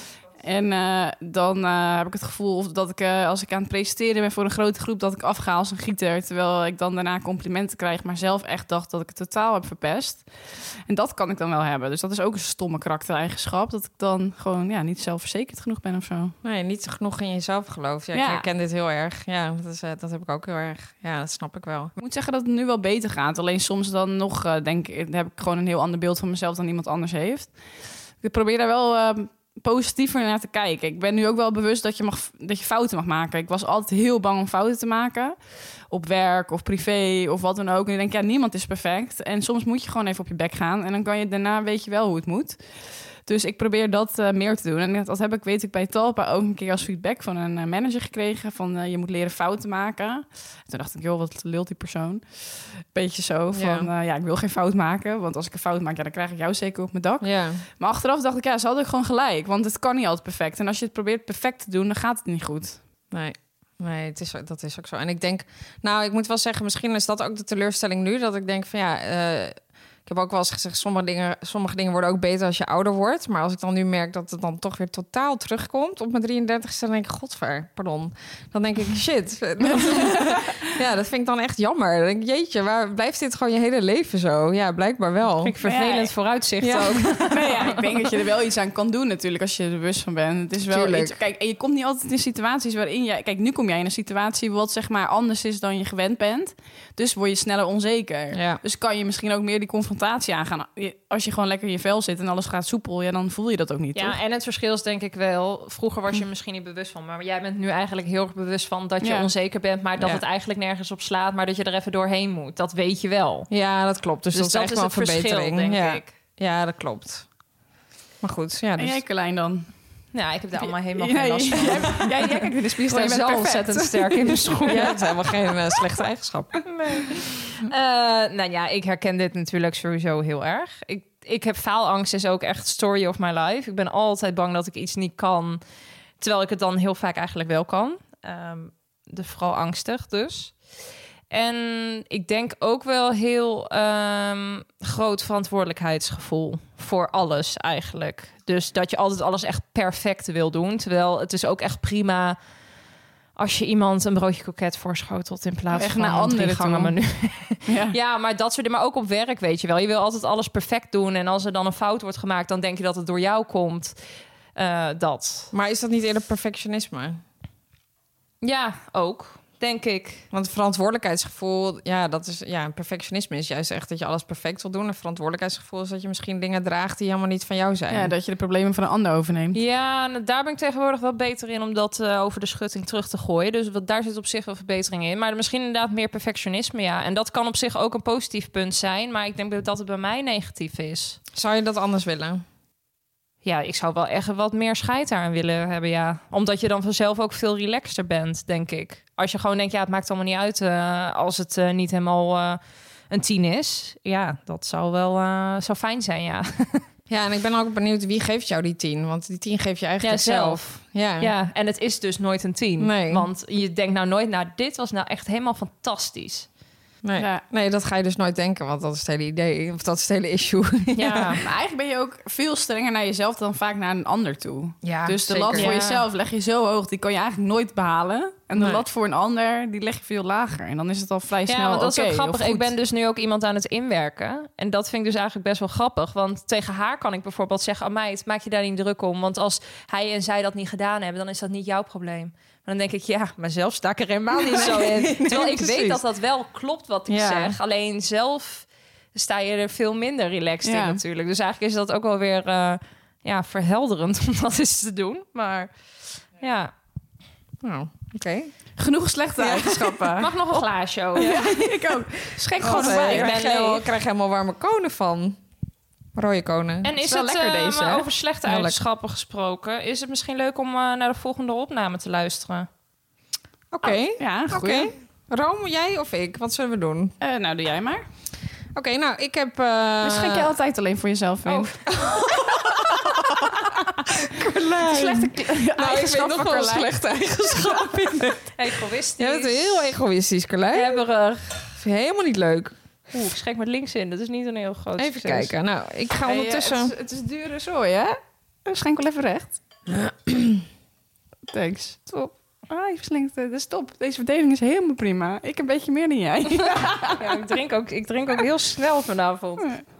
En dan heb ik het gevoel dat ik, als ik aan het presenteren ben voor een grote groep, dat ik afga als een gieter. Terwijl ik dan daarna complimenten krijg, maar zelf echt dacht dat ik het totaal heb verpest. En dat kan ik dan wel hebben. Dus dat is ook een stomme karaktereigenschap. Dat ik dan gewoon niet zelfverzekerd genoeg ben of zo. Nee, niet genoeg in jezelf gelooft. Ja, ik Ja. herken dit heel erg. Ja, dat heb ik ook heel erg. Ja, dat snap ik wel. Ik moet zeggen dat het nu wel beter gaat. Alleen soms dan nog heb ik gewoon een heel ander beeld van mezelf dan iemand anders heeft. Ik probeer daar wel positiever naar te kijken. Ik ben nu ook wel bewust dat je fouten mag maken. Ik was altijd heel bang om fouten te maken. Op werk of privé of wat dan ook. En ik denk, ja, niemand is perfect. En soms moet je gewoon even op je bek gaan. En dan kan je daarna, weet je wel hoe het moet. Dus ik probeer dat meer te doen. En dat heb ik, weet ik, bij Talpa ook een keer als feedback van een manager gekregen. Van je moet leren fouten maken. Toen dacht ik, joh, wat lult die persoon. Beetje zo van, ik wil geen fout maken. Want als ik een fout maak, dan krijg ik jou zeker op mijn dak. Ja. Maar achteraf dacht ik, ja, ze hadden gewoon gelijk. Want het kan niet altijd perfect. En als je het probeert perfect te doen, dan gaat het niet goed. Nee, dat is ook zo. En ik denk, nou, ik moet wel zeggen, misschien is dat ook de teleurstelling nu. Dat ik denk van ik heb ook wel eens gezegd, sommige dingen worden ook beter als je ouder wordt. Maar als ik dan nu merk dat het dan toch weer totaal terugkomt op mijn 33ste, dan denk ik, pardon. Dan denk ik, shit. Ja, dat vind ik dan echt jammer. Dan denk ik, jeetje, waar blijft dit gewoon je hele leven zo? Ja, blijkbaar wel. Vind ik vervelend vooruitzicht Ja. ook. Nee, ja, ik denk dat je er wel iets aan kan doen natuurlijk, als je er bewust van bent. Het is wel Tuurlijk. iets. Kijk, en je komt niet altijd in situaties waarin je... Kijk, nu kom jij in een situatie wat zeg maar anders is dan je gewend bent. Dus word je sneller onzeker. Ja. Dus kan je misschien ook meer die confrontatie aangaan. Als je gewoon lekker in je vel zit en alles gaat soepel, ja, dan voel je dat ook niet, toch? Ja, en het verschil is denk ik wel, vroeger was je misschien niet bewust van, maar jij bent nu eigenlijk heel erg bewust van dat je Ja. onzeker bent, maar dat Ja. het eigenlijk nergens op slaat, maar dat je er even doorheen moet. Dat weet je wel. Ja, dat klopt. Dus dat is echt wel een verbetering. denk ja. ik. Ja, dat klopt. Maar goed, ja. En Dus... jij, Carlijn, dan? Nou, ik heb daar allemaal helemaal Ja, geen last van. jij kijkt in de spiegel en Ik je sta bent zo perfect. ontzettend sterk in de schoen. Ja, dat is helemaal geen slechte eigenschap. Nou ja, ik herken dit natuurlijk sowieso heel erg. Ik heb faalangst, is ook echt story of my life. Ik ben altijd bang dat ik iets niet kan, terwijl ik het dan heel vaak eigenlijk wel kan. Vooral angstig dus. En ik denk ook wel heel groot verantwoordelijkheidsgevoel voor alles eigenlijk. Dus dat je altijd alles echt perfect wil doen. Terwijl het is ook echt prima als je iemand een broodje kroket voorschotelt in plaats Echt van naar een 3 anderen gangen toe. menu. Ja. Ja, maar dat soort dingen. Maar ook op werk, weet je wel. Je wil altijd alles perfect doen. En als er dan een fout wordt gemaakt, dan denk je dat het door jou komt. Dat. Maar is dat niet eerder perfectionisme? Ja, ook, denk ik. Want verantwoordelijkheidsgevoel, perfectionisme is juist echt dat je alles perfect wil doen. En verantwoordelijkheidsgevoel is dat je misschien dingen draagt die helemaal niet van jou zijn. Ja, dat je de problemen van een ander overneemt. Ja, daar ben ik tegenwoordig wel beter in om dat over de schutting terug te gooien. Dus daar zit op zich wel verbetering in. Maar misschien inderdaad meer perfectionisme, ja. En dat kan op zich ook een positief punt zijn. Maar ik denk dat het bij mij negatief is. Zou je dat anders willen? Ja, ik zou wel echt wat meer scheid aan willen hebben, ja. Omdat je dan vanzelf ook veel relaxter bent, denk ik. Als je gewoon denkt, ja, het maakt allemaal niet uit als het niet helemaal een 10 is. Ja, dat zou wel zou fijn zijn, ja. Ja, en ik ben ook benieuwd wie geeft jou die 10? Want die 10 geef je eigenlijk zelf. Ja. Ja, en het is dus nooit een 10. Nee. Want je denkt nou nooit, nou, dit was nou echt helemaal fantastisch. Nee. Ja. Nee, dat ga je dus nooit denken, want dat is het hele idee. Of dat is het hele issue. Ja, Maar eigenlijk ben je ook veel strenger naar jezelf dan vaak naar een ander toe. Ja, Dus de zeker. lat voor Ja. jezelf leg je zo hoog, die kan je eigenlijk nooit behalen. En de Nee. lat voor een ander, die leg je veel lager. En dan is het al vrij snel want dat is oké, ook grappig. of Ik goed. ben dus nu ook iemand aan het inwerken. En dat vind ik dus eigenlijk best wel grappig. Want tegen haar kan ik bijvoorbeeld zeggen... meid, maak je daar niet druk om. Want als hij en zij dat niet gedaan hebben... dan is dat niet jouw probleem. Maar dan denk ik, ja, maar zelf sta ik er helemaal niet zo in. Terwijl ik weet dat dat wel klopt wat ik Ja. zeg. Alleen zelf sta je er veel minder relaxed Ja. in natuurlijk. Dus eigenlijk is dat ook wel weer verhelderend om dat eens te doen. Maar ja, Nou, oké. Genoeg slechte eigenschappen. mag nog een glaasje ook. Ja, ik ook. Schenk gewoon God, erbij. ik ben leeg. krijg helemaal warme konen van. Rode konen. En is wel het, lekker deze, maar hè? over slechte Heel eigenschappen gesproken... is het misschien leuk om naar de volgende opname te luisteren? Oké. Ja, Oké. goeie. Rome, jij of ik? Wat zullen we doen? Nou, doe jij maar. Oké, nou, ik heb... Dus schenk je altijd alleen voor jezelf in. Oh. Slechte Nou, ik weet nog wel een slechte eigenschap in het. Egoïstisch. Je bent heel egoïstisch, Carlijn. Hebberig. Vind je helemaal niet leuk. Oeh, ik schenk met links in. Dat is niet een heel groot Even succes. kijken. Nou, ik ga Hey, ondertussen... het is dure zooi, hè? Schenk wel even recht. Thanks. Top. Ah, je verslinkt. Dat is top. Deze verdeling is helemaal prima. Ik een beetje meer dan jij. Ja, ik drink ook heel snel vanavond.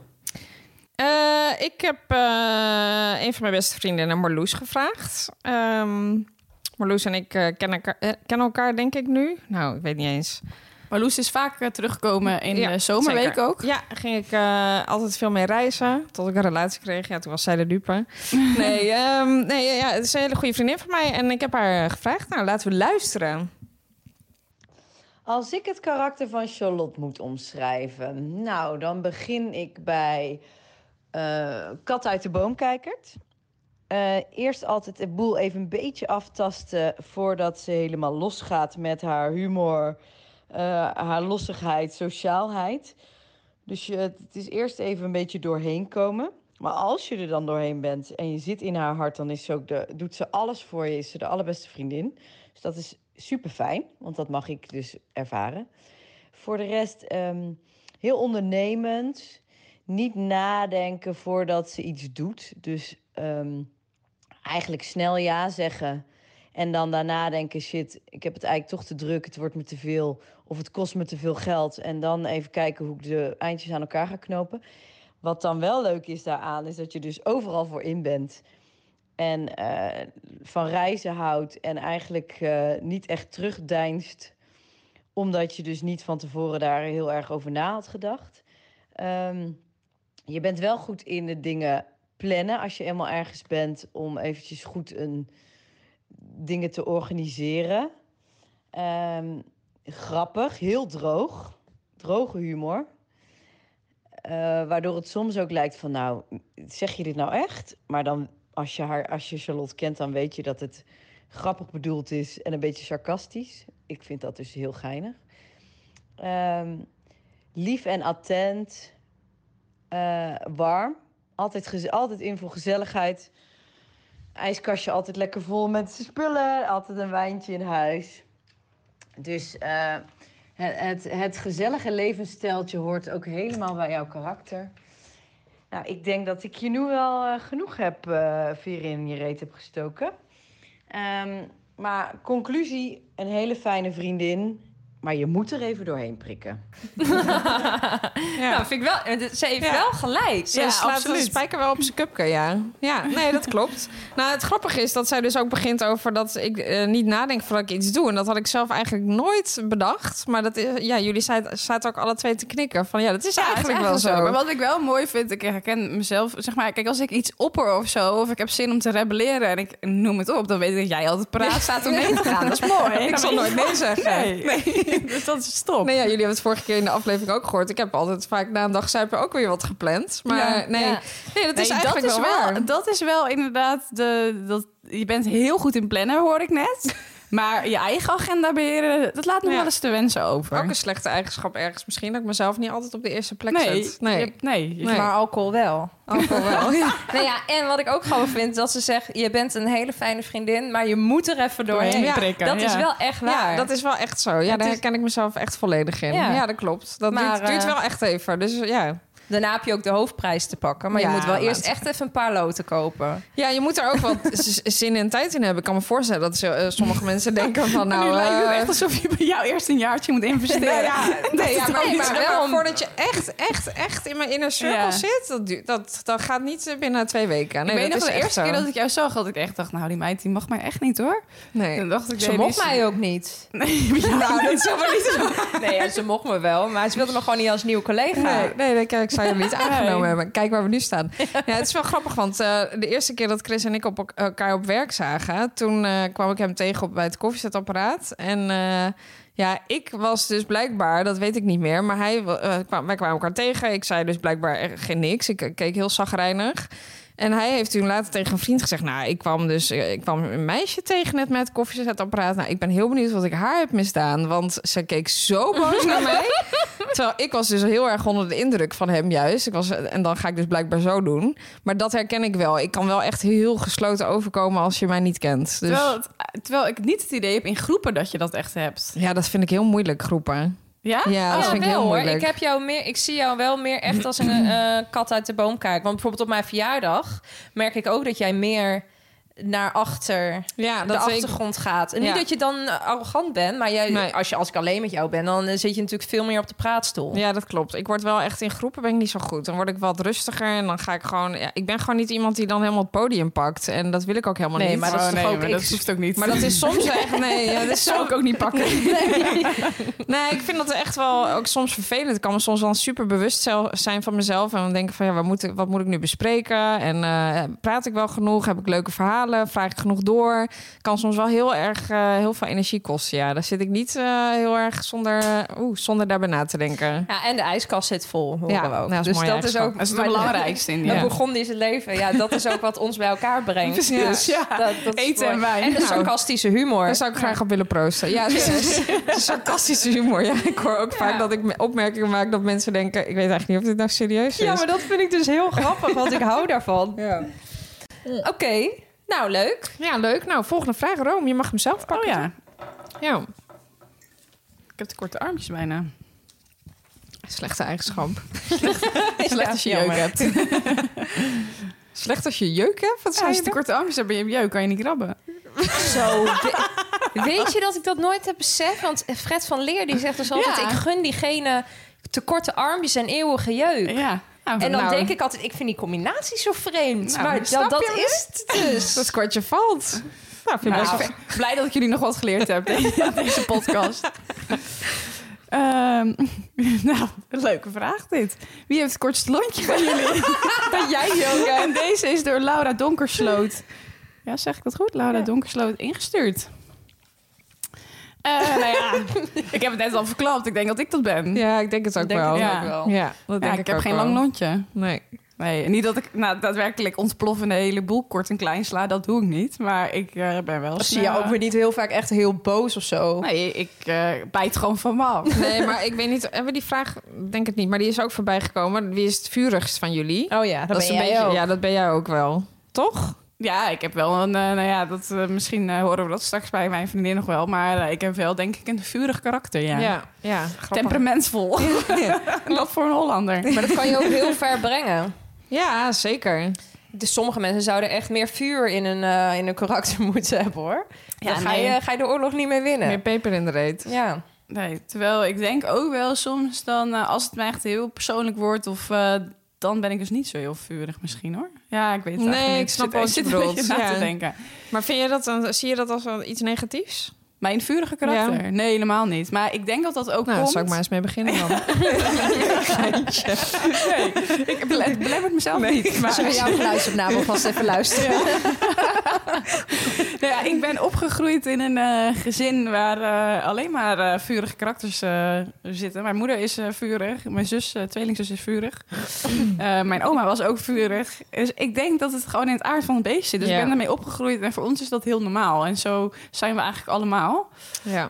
Ik heb een van mijn beste vriendinnen, Marloes, gevraagd. Marloes en ik kennen elkaar, denk ik, nu. Nou, ik weet niet eens. Marloes is vaak teruggekomen in Ja, de zomerweek zeker. ook. Ja, ging ik altijd veel mee reizen. Tot ik een relatie kreeg. Ja, toen was zij de dupe. Nee, het is een hele goede vriendin van mij. En ik heb haar gevraagd. Nou, laten we luisteren. Als ik het karakter van Charlotte moet omschrijven... nou, dan begin ik bij Kat uit de boom kijkert. Eerst altijd de boel even een beetje aftasten... voordat ze helemaal losgaat met haar humor... haar lossigheid, sociaalheid. Dus het is eerst even een beetje doorheen komen. Maar als je er dan doorheen bent en je zit in haar hart... dan is ze ook doet ze alles voor je, is ze de allerbeste vriendin. Dus dat is super fijn, want dat mag ik dus ervaren. Voor de rest heel ondernemend. Niet nadenken voordat ze iets doet. Dus eigenlijk snel ja zeggen... En dan daarna denken, shit, ik heb het eigenlijk toch te druk. Het wordt me te veel of het kost me te veel geld. En dan even kijken hoe ik de eindjes aan elkaar ga knopen. Wat dan wel leuk is daaraan, is dat je dus overal voor in bent. En van reizen houdt en eigenlijk niet echt terugdeinst. Omdat je dus niet van tevoren daar heel erg over na had gedacht. Je bent wel goed in de dingen plannen als je eenmaal ergens bent... om eventjes goed dingen te organiseren. Grappig, heel droog. Droge humor. Waardoor het soms ook lijkt van, nou, zeg je dit nou echt? Maar dan, als je Charlotte kent, dan weet je dat het grappig bedoeld is en een beetje sarcastisch. Ik vind dat dus heel geinig. Lief en attent. Warm. Altijd in voor gezelligheid. IJskastje altijd lekker vol met spullen. Altijd een wijntje in huis. Dus het gezellige levensstijltje hoort ook helemaal bij jouw karakter. Nou, ik denk dat ik je nu wel genoeg heb veren in je reet heb gestoken. Maar conclusie, een hele fijne vriendin. Maar je moet er even doorheen prikken. Nou, vind ik wel... Ze heeft wel gelijk. Ze slaat de spijker wel op zijn cupke, ja. Ja, nee, dat klopt. Nou, het grappige is dat zij dus ook begint over dat ik niet nadenk voordat ik iets doe. En dat had ik zelf eigenlijk nooit bedacht. Maar dat is, jullie zaten ook alle twee te knikken. Van dat is eigenlijk wel zo. Maar wat ik wel mooi vind, ik herken mezelf, zeg maar, kijk, als ik iets opper of zo, of ik heb zin om te rebelleren en ik noem het op, dan weet ik dat jij altijd paraat staat om mee te gaan. Dat is mooi. Ik zal nooit nee zeggen. Nee. Dus dat is stop. Nee, jullie hebben het vorige keer in de aflevering ook gehoord. Ik heb altijd vaak na een dag zuipen ook weer wat gepland. Maar dat is eigenlijk wel waar. Dat is wel inderdaad je bent heel goed in plannen, hoor ik net. Maar je eigen agenda beheren, dat laat nog wel eens te wensen over. Ook een slechte eigenschap ergens misschien, dat ik mezelf niet altijd op de eerste plek zet. Nee. Maar alcohol wel. Alcohol wel, en wat ik ook gewoon vind, dat ze zegt, je bent een hele fijne vriendin, maar je moet er even doorheen prikken. Dat is wel echt waar. Ja, dat is wel echt zo. Ja, daar herken ik mezelf echt volledig in. Ja, dat klopt. Dat duurt wel echt even. Dus ja... Daarna heb je ook de hoofdprijs te pakken. Maar je moet wel eerst echt even een paar loten kopen. Ja, je moet er ook wat zin en tijd in hebben. Ik kan me voorstellen dat sommige mensen denken van... Nu lijkt het echt alsof je bij jou eerst een jaartje moet investeren. Maar wel voordat je echt in mijn inner circle zit... Dat gaat niet binnen 2 weken. Nee, ik weet nog de eerste keer dat ik jou zag... dat ik echt dacht, nou, die meid die mag mij echt niet, hoor. Nee. Dan dacht ik, ze mocht mij ook niet. Nee, nou, dat is helemaal niet zo. Nee, ze mocht me wel. Maar ze wilde me gewoon niet als nieuwe collega. Nee, kijk, zou je hem niet aangenomen hebben. Kijk waar we nu staan. Ja, het is wel grappig, want de eerste keer dat Chris en ik elkaar op werk zagen... toen kwam ik hem tegen bij het koffiezetapparaat. En ik was dus blijkbaar, dat weet ik niet meer... maar wij kwamen elkaar tegen. Ik zei dus blijkbaar geen niks. Ik keek heel chagrijnig. En hij heeft toen later tegen een vriend gezegd... nou, ik kwam een meisje tegen net met het koffiezetapparaat. Nou, ik ben heel benieuwd wat ik haar heb misdaan. Want ze keek zo boos naar mij. Terwijl ik was dus heel erg onder de indruk van hem juist. En dan ga ik dus blijkbaar zo doen. Maar dat herken ik wel. Ik kan wel echt heel gesloten overkomen als je mij niet kent. Dus... Terwijl ik niet het idee heb in groepen dat je dat echt hebt. Ja, dat vind ik heel moeilijk, groepen. Ja? Ja, dat vind ik heel moeilijk. Ik zie jou wel meer echt als een kat uit de boom kijken. Want bijvoorbeeld op mijn verjaardag merk ik ook dat jij meer naar achter de achtergrond gaat. En niet dat je dan arrogant bent, maar als ik alleen met jou ben, dan zit je natuurlijk veel meer op de praatstoel. Ja, dat klopt. Ik word wel echt in groepen ben ik niet zo goed. Dan word ik wat rustiger en dan ga ik gewoon... Ja, ik ben gewoon niet iemand die dan helemaal het podium pakt. En dat wil ik ook helemaal niet. Maar dat is toch ook... dat hoeft ook niet. Maar dat is soms echt... Nee, dat zou ik ook niet pakken. Nee, ik vind dat echt wel ook soms vervelend. Ik kan me soms wel super bewust zijn van mezelf. En dan denk ik van, wat moet ik nu bespreken? En praat ik wel genoeg? Heb ik leuke verhalen? Vraag ik genoeg door? Kan soms wel heel veel energie kosten. Ja, daar zit ik niet heel erg zonder daarbij na te denken. Ja, en de ijskast zit vol, horen we ook. Nou, dus dat is ook het belangrijkste. Dat begon deze leven. Ja, dat is ook wat ons bij elkaar brengt. Precies, dus dat eten en wijn. En de sarcastische humor. Daar zou ik graag op willen proosten. Ja, de sarcastische humor. Ja, ik hoor ook vaak dat ik opmerkingen maak dat mensen denken... ik weet eigenlijk niet of dit nou serieus is. Ja, maar dat vind ik dus heel grappig, want ik hou daarvan. Ja. Oké. Nou, leuk. Ja, leuk. Nou, volgende vraag, Rome. Je mag hem zelf pakken. Oh ja. Ik heb de korte armpjes bijna. Slechte eigenschap. Slecht als je jeuk hebt. Slecht als je jeuk hebt? Wat als je de korte armpjes hebt en je hebt jeuk, kan je niet krabben. Zo. Weet je dat ik dat nooit heb beseft? Want Fred van Leer die zegt dus altijd... ik gun diegene te korte armpjes en eeuwige jeuk. Ja. En dan denk ik altijd, ik vind die combinatie zo vreemd. Maar dat is het dus. Dat kwartje valt. Nou, blij dat ik jullie nog wat geleerd heb deze podcast. Nou, een leuke vraag dit. Wie heeft het kortste lontje van jullie? Jij, Joke. En deze is door Laura Donkersloot. Ja, zeg ik dat goed? Laura Donkersloot ingestuurd. Ik heb het net al verklapt. Ik denk dat ik dat ben. Ja, ik denk het ook wel. Ja, dat denk ik heb geen lang lontje. Nee. Niet dat ik daadwerkelijk ontploffende hele boel kort en klein sla. Dat doe ik niet. Maar ik ben wel... Zie je ook weer niet heel vaak echt heel boos of zo? Nee, ik bijt gewoon van me af. Nee, maar ik weet niet... Hebben we die vraag... Denk het niet. Maar die is ook voorbij gekomen. Wie is het vurigst van jullie? Oh ja, dat ben jij ook. Ja, dat ben jij ook wel. Toch? Ja, ik heb wel een... misschien horen we dat straks bij mijn vriendin nog wel. Maar ik heb wel, denk ik, een vurig karakter, ja. Temperamentvol. Ja. Wat voor een Hollander. Maar dat kan je ook heel ver brengen. Ja, zeker. Dus sommige mensen zouden echt meer vuur in hun karakter moeten hebben, hoor. Ja, Dan ga je de oorlog niet meer winnen. Meer peper in de reet. Ja. Nee, terwijl ik denk ook wel soms dan... als het mij echt heel persoonlijk wordt... of dan ben ik dus niet zo heel vurig misschien, hoor. Ja, ik weet het eigenlijk niet. Ik snap Ik wat je zit een beetje bedoelt. na te denken. Maar zie je dat als iets negatiefs? Mijn vurige karakter? Ja. Nee, helemaal niet. Maar ik denk dat dat ook Nou, komt... zal ik maar eens mee beginnen dan. Nee, ik belemmert mezelf niet. Maar... Zullen we jouw geluidsopname alvast even luisteren? Nou ja, ik ben opgegroeid in een gezin waar alleen maar vurige karakters zitten. Mijn moeder is vurig, mijn tweelingzus is vurig. Mijn oma was ook vurig. Dus ik denk dat het gewoon in het aard van het beest zit. Dus ik ben daarmee opgegroeid en voor ons is dat heel normaal. En zo zijn we eigenlijk allemaal. Ja.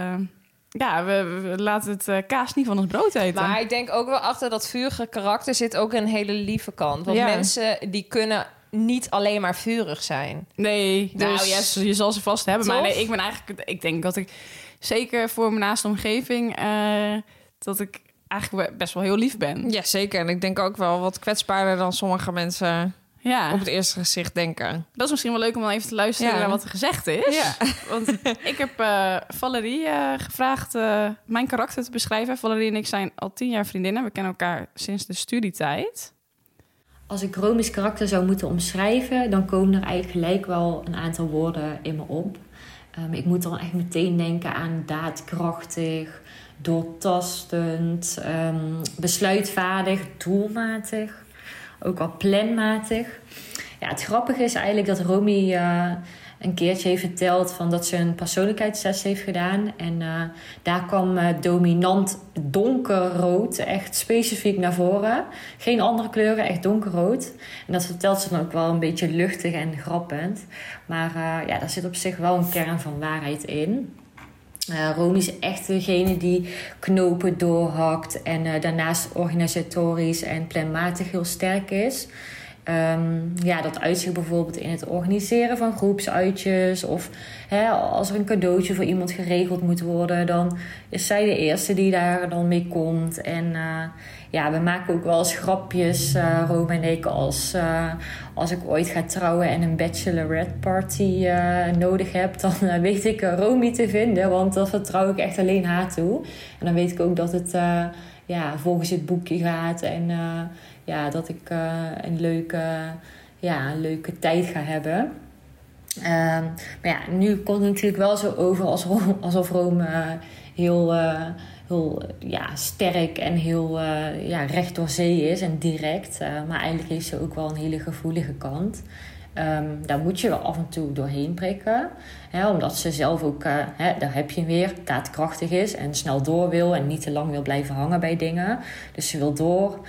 We laten het kaas niet van ons brood eten. Maar ik denk ook wel achter dat vurige karakter zit ook een hele lieve kant. Want mensen die kunnen niet alleen maar vurig zijn. Nee, dus je zal ze vast hebben. Toch? Maar nee, ik denk dat ik zeker voor mijn naaste omgeving... dat ik eigenlijk best wel heel lief ben. Ja, zeker. En ik denk ook wel wat kwetsbaarder dan sommige mensen op het eerste gezicht denken. Dat is misschien wel leuk om wel even te luisteren naar wat er gezegd is. Ja. Want ik heb Valerie gevraagd mijn karakter te beschrijven. Valerie en ik zijn al 10 jaar vriendinnen. We kennen elkaar sinds de studietijd. Als ik Romy's karakter zou moeten omschrijven... dan komen er eigenlijk gelijk wel een aantal woorden in me op. Ik moet dan echt meteen denken aan daadkrachtig, doortastend, besluitvaardig, doelmatig. Ook wel planmatig. Ja, het grappige is eigenlijk dat Romy een keertje heeft verteld dat ze een persoonlijkheidstest heeft gedaan. En daar kwam dominant donkerrood echt specifiek naar voren. Geen andere kleuren, echt donkerrood. En dat vertelt ze dan ook wel een beetje luchtig en grappend. Maar daar zit op zich wel een kern van waarheid in. Romy is echt degene die knopen doorhakt en daarnaast organisatorisch en planmatig heel sterk is. Dat uitzicht bijvoorbeeld in het organiseren van groepsuitjes of als er een cadeautje voor iemand geregeld moet worden, dan is zij de eerste die daar dan mee komt. En we maken ook wel eens grapjes, Romy en ik, als ik ooit ga trouwen en een bachelorette party nodig heb, dan weet ik Romy te vinden, want dat vertrouw ik echt alleen haar toe. En dan weet ik ook dat het volgens het boekje gaat en dat ik een leuke tijd ga hebben. Nu komt het natuurlijk wel zo over alsof Rome heel sterk en heel recht door zee is en direct. Maar eigenlijk heeft ze ook wel een hele gevoelige kant. Daar moet je wel af en toe doorheen prikken. Omdat ze zelf ook, daar heb je hem weer, daadkrachtig is en snel door wil en niet te lang wil blijven hangen bij dingen. Dus ze wil door.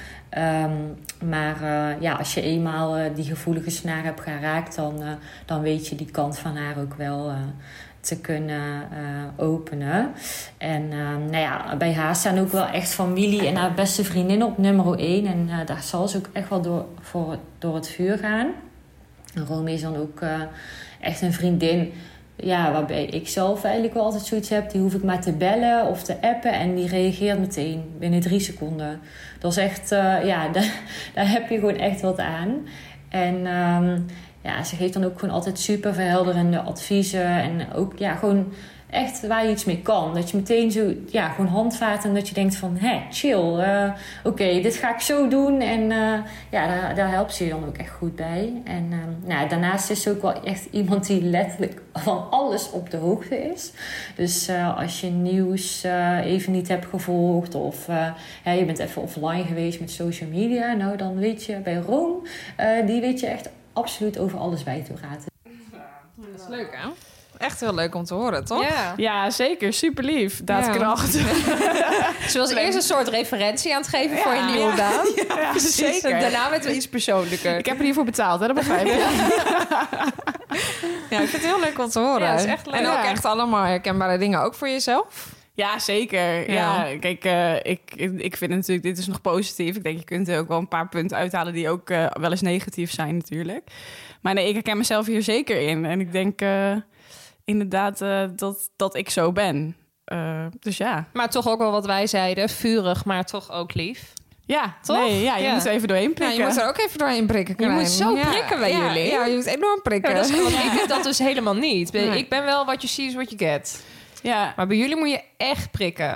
Als je eenmaal die gevoelige snaar hebt geraakt, dan weet je die kant van haar ook wel te kunnen openen. En bij haar staan ook wel echt familie en haar beste vriendin op nummer 1. En daar zal ze ook echt wel door het vuur gaan. En Romy is dan ook echt een vriendin, waarbij ik zelf eigenlijk wel altijd zoiets heb. Die hoef ik maar te bellen of te appen en die reageert meteen binnen 3 seconden. Dat is echt, daar heb je gewoon echt wat aan. En ze geeft dan ook gewoon altijd super verhelderende adviezen. En ook gewoon echt waar je iets mee kan. Dat je meteen zo, gewoon handvaart en dat je denkt van, chill. Oké, dit ga ik zo doen. En daar helpt ze je dan ook echt goed bij. En daarnaast is ze ook wel echt iemand die letterlijk van alles op de hoogte is. Dus als je nieuws even niet hebt gevolgd of je bent even offline geweest met social media, nou dan weet je bij Rome, die weet je echt absoluut over alles bij te praten. Dat is leuk, hè? Echt heel leuk om te horen, toch? Ja, zeker. Super lief. Daadkracht. Ze was eerst een soort referentie aan het geven voor je nieuwe baan. Ja, precies. zeker. Daarna werd het iets persoonlijker. Ik heb er hiervoor betaald, hè? Dat begrijp je. Ja, ik vind het heel leuk om te horen. Ja, dat is echt leuk. En ook echt allemaal herkenbare dingen, ook voor jezelf. Ja, zeker. Ja, kijk, ik vind natuurlijk, dit is nog positief. Ik denk, je kunt er ook wel een paar punten uithalen die ook wel eens negatief zijn natuurlijk. Maar nee, ik herken mezelf hier zeker in. En ik denk inderdaad dat ik zo ben. Dus ja. Maar toch ook wel wat wij zeiden, vurig, maar toch ook lief. Ja, toch? Nee, ja, je moet er even doorheen prikken. Ja, je moet er ook even doorheen prikken. Je moet zo prikken bij jullie. Ja, je moet enorm prikken. Ja, dat is, want ik heb dat dus helemaal niet. Nee. Ik ben wel what you see is what you get. Ja. Maar bij jullie moet je echt prikken.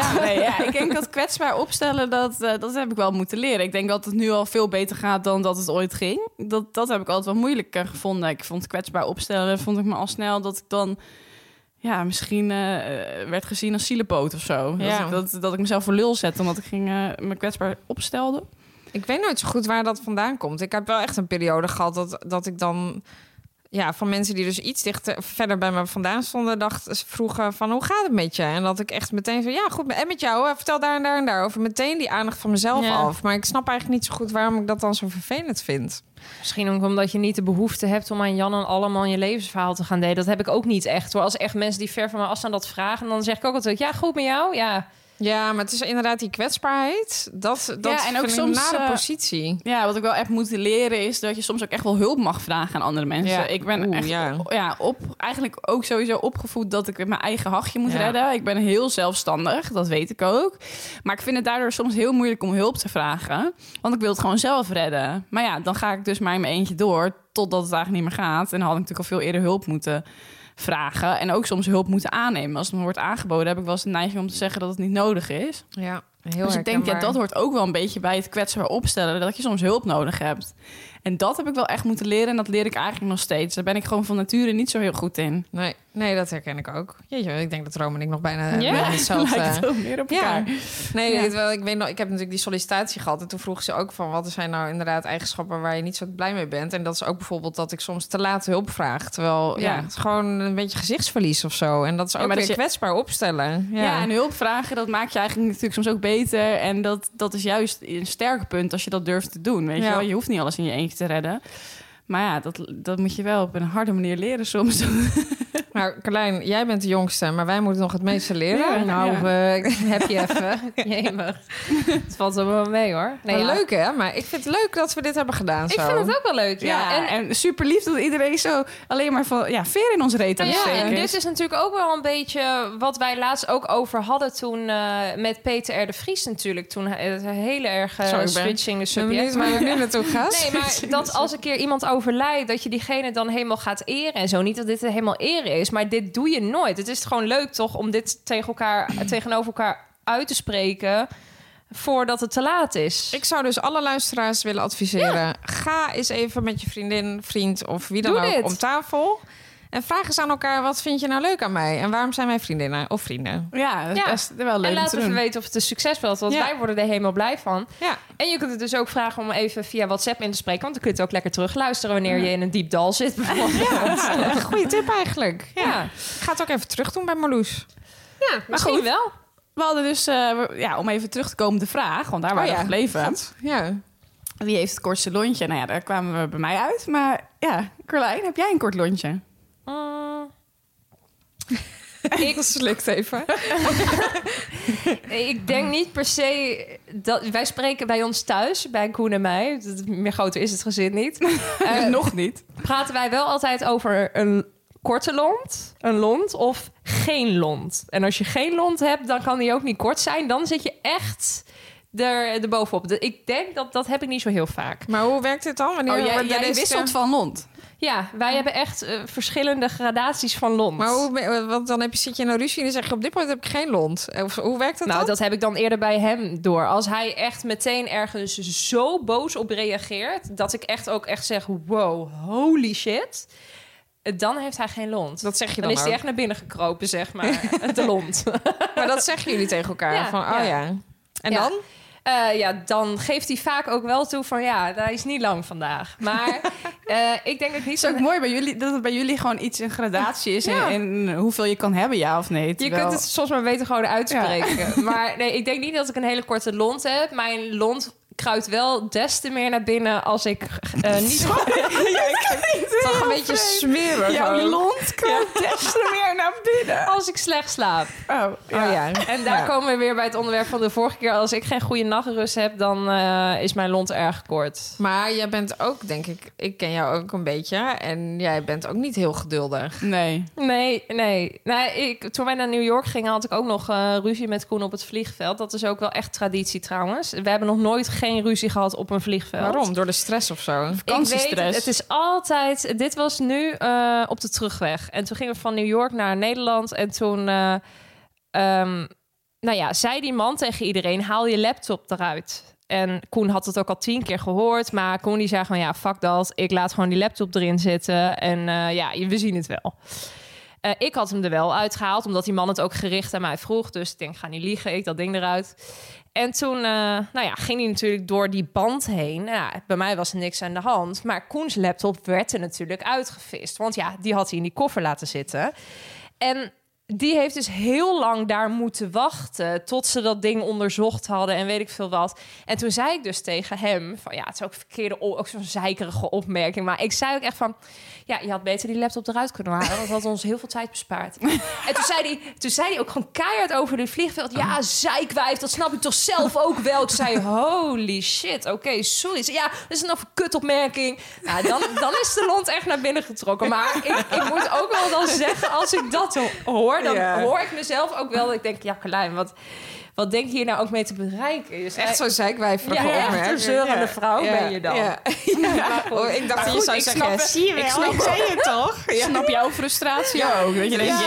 Ja, ik denk dat kwetsbaar opstellen, dat heb ik wel moeten leren. Ik denk dat het nu al veel beter gaat dan dat het ooit ging. Dat heb ik altijd wel moeilijker gevonden. Ik vond kwetsbaar opstellen, vond ik me al snel dat ik dan... Ja, misschien werd gezien als zielepoot of zo. Ja. Dat ik mezelf voor lul zette omdat ik me kwetsbaar opstelde. Ik weet nooit zo goed waar dat vandaan komt. Ik heb wel echt een periode gehad dat ik dan... Ja, van mensen die dus iets verder bij me vandaan stonden... vroegen van, hoe gaat het met je? En dat ik echt meteen van, ja, goed, en met jou? Vertel daar en daar en daar over. Meteen die aandacht van mezelf af. Maar ik snap eigenlijk niet zo goed waarom ik dat dan zo vervelend vind. Misschien ook omdat je niet de behoefte hebt om aan Jan en allemaal je levensverhaal te gaan delen. Dat heb ik ook niet echt. Hoor. Als echt mensen die ver van me afstaan dat vragen... dan zeg ik ook altijd, ja, goed met jou? Ja, maar het is inderdaad die kwetsbaarheid. Dat en ook vind soms ik na de positie. Ja, wat ik wel echt moet leren is dat je soms ook echt wel hulp mag vragen aan andere mensen. Ja. Ik ben eigenlijk ook sowieso opgevoed dat ik mijn eigen hachje moet redden. Ik ben heel zelfstandig, dat weet ik ook. Maar ik vind het daardoor soms heel moeilijk om hulp te vragen. Want ik wil het gewoon zelf redden. Maar ja, dan ga ik dus maar in mijn eentje door totdat het eigenlijk niet meer gaat. En dan had ik natuurlijk al veel eerder hulp moeten vragen en ook soms hulp moeten aannemen. Als het me wordt aangeboden, heb ik wel eens de neiging om te zeggen dat het niet nodig is. Ja, heel dus ik denk, dat hoort ook wel een beetje bij het kwetsbaar opstellen, dat je soms hulp nodig hebt. En dat heb ik wel echt moeten leren en dat leer ik eigenlijk nog steeds. Daar ben ik gewoon van nature niet zo heel goed in. Nee, dat herken ik ook. Jeetje, ik denk dat Rome en ik nog bijna hetzelfde lijkt wel meer op elkaar. Nee, ik weet nog, ik heb natuurlijk die sollicitatie gehad en toen vroeg ze ook van, wat zijn nou inderdaad eigenschappen waar je niet zo blij mee bent? En dat is ook bijvoorbeeld dat ik soms te laat hulp vraag, terwijl het is gewoon een beetje gezichtsverlies of zo. En dat is ook weer kwetsbaar opstellen. Ja, en hulp vragen, dat maakt je eigenlijk natuurlijk soms ook beter. En dat is juist een sterk punt als je dat durft te doen. Weet je wel? Je hoeft niet alles in je eentje te redden. Maar ja, dat moet je wel op een harde manier leren soms. Nou, Carlijn, jij bent de jongste, maar wij moeten nog het meeste leren. Heb je even. Jemig. Het valt er wel mee, hoor. Nee, leuk, hè? Maar ik vind het leuk dat we dit hebben gedaan. Ik vind het ook wel leuk, ja. En super lief dat iedereen zo alleen maar van veer in ons reet aan het steken. En dit is natuurlijk ook wel een beetje wat wij laatst ook over hadden toen met Peter R. de Vries natuurlijk. Toen het hele erg switching de subject. Maar je nu naartoe gaat. Nee, maar dat als een keer iemand overlijdt, dat je diegene dan helemaal gaat eren en zo. Niet dat dit helemaal eren is, maar dit doe je nooit. Het is gewoon leuk toch om dit tegenover elkaar uit te spreken voordat het te laat is. Ik zou dus alle luisteraars willen adviseren. Ga eens even met je vriendin, vriend of wie dan ook om tafel. En vraag eens aan elkaar, wat vind je nou leuk aan mij? En waarom zijn wij vriendinnen of vrienden? Ja, dat is best wel leuk. En laat even weten of het een succes wordt, want wij worden er helemaal blij van. Ja. En je kunt het dus ook vragen om even via WhatsApp in te spreken, want dan kun je het ook lekker terugluisteren wanneer je in een diep dal zit. Ja, goede tip eigenlijk. Ja. Ik ga het ook even terug doen bij Marloes. Ja, misschien wel. We hadden dus, om even terug te komen op de vraag, want daar waren we gebleven. Ja. Wie heeft het kortste lontje? Nou ja, daar kwamen we bij mij uit. Maar ja, Carlijn, heb jij een kort lontje? Ik slikt even. Ik denk niet per se dat wij spreken bij ons thuis, bij Koen en mij. Meer groter is het gezin niet. Nog niet. Praten wij wel altijd over een korte lont, een lont of geen lont. En als je geen lont hebt, dan kan die ook niet kort zijn. Dan zit je echt er bovenop. Ik denk dat heb ik niet zo heel vaak. Maar hoe werkt dit dan? Jij wisselt van lont. Ja, wij hebben echt verschillende gradaties van lont. Maar want dan zit je in een ruzie en dan zeg je, op dit moment heb ik geen lont. Hoe werkt dat dan? Dat heb ik dan eerder bij hem door. Als hij echt meteen ergens zo boos op reageert, dat ik echt zeg, wow, holy shit, dan heeft hij geen lont. Dat zeg je dan Dan is hij ook. echt naar binnen gekropen, zeg maar, de lont. Maar dat zeggen jullie tegen elkaar? Ja, En dan? Dan geeft hij vaak ook wel toe van hij is niet lang vandaag. Maar ik denk dat niet zo. Het is ook mooi bij jullie, dat het bij jullie gewoon iets een gradatie is en hoeveel je kan hebben, ja of nee. Je kunt het soms maar beter gewoon uitspreken. Ja. Maar nee, ik denk niet dat ik een hele korte lont heb. Mijn lont kruipt wel des te meer naar binnen als ik niet... Toch een beetje smerig. Jouw lont kruipt des te meer naar binnen. Als ik slecht slaap. Oh, ja. En daar komen we weer bij het onderwerp van de vorige keer. Als ik geen goede nachtrust heb, dan is mijn lont erg kort. Maar jij bent ook, denk ik ken jou ook een beetje. En jij bent ook niet heel geduldig. Nee. Toen wij naar New York gingen, had ik ook nog ruzie met Koen op het vliegveld. Dat is ook wel echt traditie trouwens. We hebben nog nooit geen ruzie gehad op een vliegveld. Waarom? Door de stress of zo? Vakantiestress. Het is altijd... Dit was nu op de terugweg. En toen gingen we van New York naar Nederland. En toen... zei die man tegen iedereen... haal je laptop eruit. En Koen had het ook al 10 keer gehoord. Maar Koen die zei gewoon... ja, fuck dat. Ik laat gewoon die laptop erin zitten. En we zien het wel. Ik had hem er wel uitgehaald... omdat die man het ook gericht aan mij vroeg. Dus ik denk, ga niet liegen. Ik dat ding eruit. En toen ging hij natuurlijk door die band heen. Bij mij was er niks aan de hand. Maar Koens laptop werd er natuurlijk uitgevist. Want ja, die had hij in die koffer laten zitten. En die heeft dus heel lang daar moeten wachten... tot ze dat ding onderzocht hadden en weet ik veel wat. En toen zei ik dus tegen hem... van ja, het is ook ook zo'n zeikerige opmerking... maar ik zei ook echt van... ja, je had beter die laptop eruit kunnen halen... want dat had ons heel veel tijd bespaard. En toen zei hij ook gewoon keihard over de vliegveld... ja, zeikwijf, dat snap ik toch zelf ook wel. Toen zei hij, holy shit, oké, sorry. Ja, dat is een kutopmerking. Nou, dan is de lont echt naar binnen getrokken. Maar ik moet ook wel dan zeggen... als ik dat hoor... dan hoor ik mezelf ook wel dat ik denk... ja, Carlijn, wat denk je hier nou ook mee te bereiken? Dus echt zo'n zeikwijverige opmerking. Echt een zeurende vrouw ben je dan. Ja. Ik dacht dat je zou zeggen... zie je wel, ik zei het toch? Ik snap jouw frustratie ook. Dat je denkt,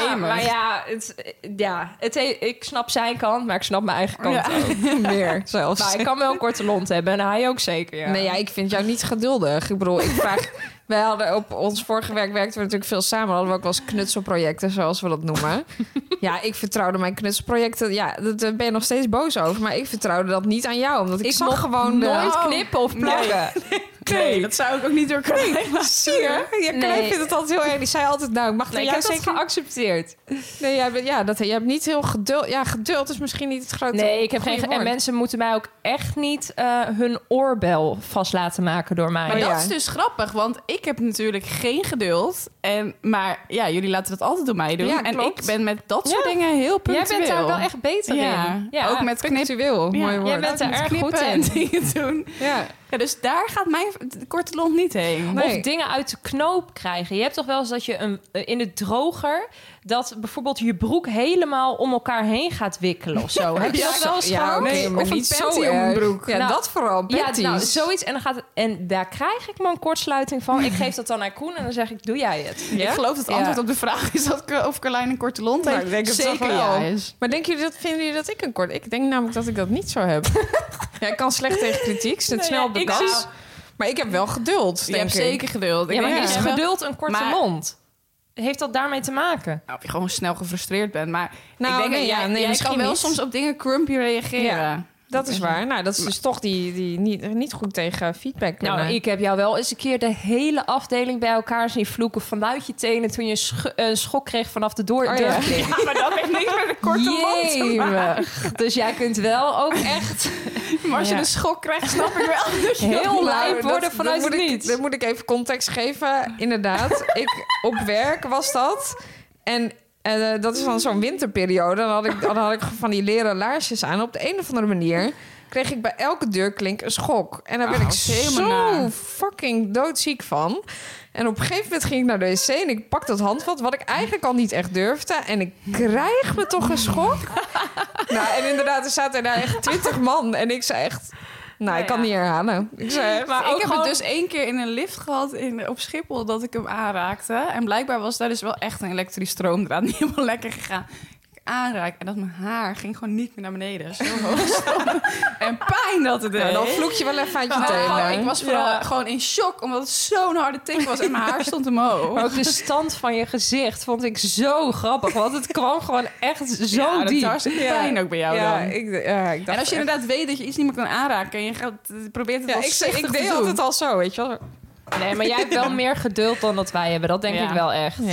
ik snap zijn kant... maar ik snap mijn eigen kant ook. Meer zelfs. Maar ik kan wel een korte lont hebben... en hij ook zeker, ja. Nee, ik vind jou niet geduldig. Ik bedoel, ik vraag... Wij hadden op ons vorige werk werkten we natuurlijk veel samen. Hadden we ook wel eens knutselprojecten, zoals we dat noemen. Ja, ik vertrouwde mijn knutselprojecten. Ja, daar ben je nog steeds boos over. Maar ik vertrouwde dat niet aan jou. Omdat ik zag gewoon nooit knippen of plakken. Nee, dat zou ik ook niet door kunnen. Zie je? Carlijn vindt het altijd heel erg. Die zei altijd, nou, mag ik heb dat geaccepteerd. Nee, jij hebt niet heel geduld. Ja, geduld is misschien niet het grote. Nee, ik heb geen. En mensen moeten mij ook echt niet hun oorbel vast laten maken door mij. Maar dat is dus grappig, want ik heb natuurlijk geen geduld. Maar ja, jullie laten dat altijd door mij doen. Ja, en ik ben met dat soort dingen heel punctueel. Jij bent daar wel echt beter in. Ja, ook met punctueel. Mooi woord. Jij bent er erg goed in. En dingen doen. Ja. Ja, dus daar gaat mijn korte lont niet heen. Nee. Of dingen uit de knoop krijgen. Je hebt toch wel eens dat je in de droger... dat bijvoorbeeld je broek helemaal om elkaar heen gaat wikkelen of zo. Heb je dat wel eens gehad? Nee, maar of niet een zo panty om een broek. Ja, dat vooral, panties. Ja, zoiets. En daar krijg ik mijn kortsluiting van. Ik geef dat dan aan Koen en dan zeg ik, doe jij het? Ja? Ik geloof dat het antwoord op de vraag is of Carlijn een korte lont heeft. Ik denk het zeker wel. Is. Maar vinden jullie dat ik een kort... Ik denk namelijk dat ik dat niet zo heb. Ik kan slecht tegen kritiek. Zit snel op de kast. Maar ik heb wel geduld, Je hebt zeker geduld. Maar is geduld een korte lont? Heeft dat daarmee te maken? Nou, of je gewoon snel gefrustreerd bent. Maar ik denk jij kan wel soms op dingen crumpy reageren. Ja. Dat is waar. Nou, dat is dus toch die niet goed tegen feedback kunnen. Nou, ik heb jou wel eens een keer de hele afdeling bij elkaar zien vloeken vanuit je tenen toen je een schok kreeg vanaf de deur. Ja, maar dat heeft niks met een korte mond te maken. Dus jij kunt wel ook echt... Maar als je een schok krijgt, snap ik wel dat je heel lijp worden vanuit het niets. Dat moet ik even context geven. Inderdaad, op werk was dat. En dat is dan zo'n winterperiode. Dan had ik van die leren laarsjes aan. Op de een of andere manier kreeg ik bij elke deurklink een schok. En daar ben ik zo fucking doodziek van. En op een gegeven moment ging ik naar de wc en ik pak dat handvat, wat ik eigenlijk al niet echt durfde. En ik krijg me toch een schok. Nou, en inderdaad, er zaten daar echt 20 man. En ik zei echt... Nou, ik kan niet herhalen. Ik heb het dus 1 keer in een lift gehad op Schiphol dat ik hem aanraakte. En blijkbaar was daar dus wel echt een elektrisch stroomdraad niet helemaal lekker gegaan. Aanraak en dat mijn haar ging gewoon niet meer naar beneden. Zo hoog stonden. En pijn dat het deed. Dan vloek je wel even uit je tenen. Ik was vooral gewoon in shock, omdat het zo'n harde tik was en mijn haar stond omhoog. Maar ook de stand van je gezicht vond ik zo grappig, want het kwam gewoon echt zo diep. Dat was pijn ook bij jou dan. Ik dacht en als je inderdaad weet dat je iets niet meer kan aanraken en je probeert het ik deed altijd al zo, weet je wel. Nee, maar jij hebt wel meer geduld dan dat wij hebben. Dat denk ik wel echt. Ja.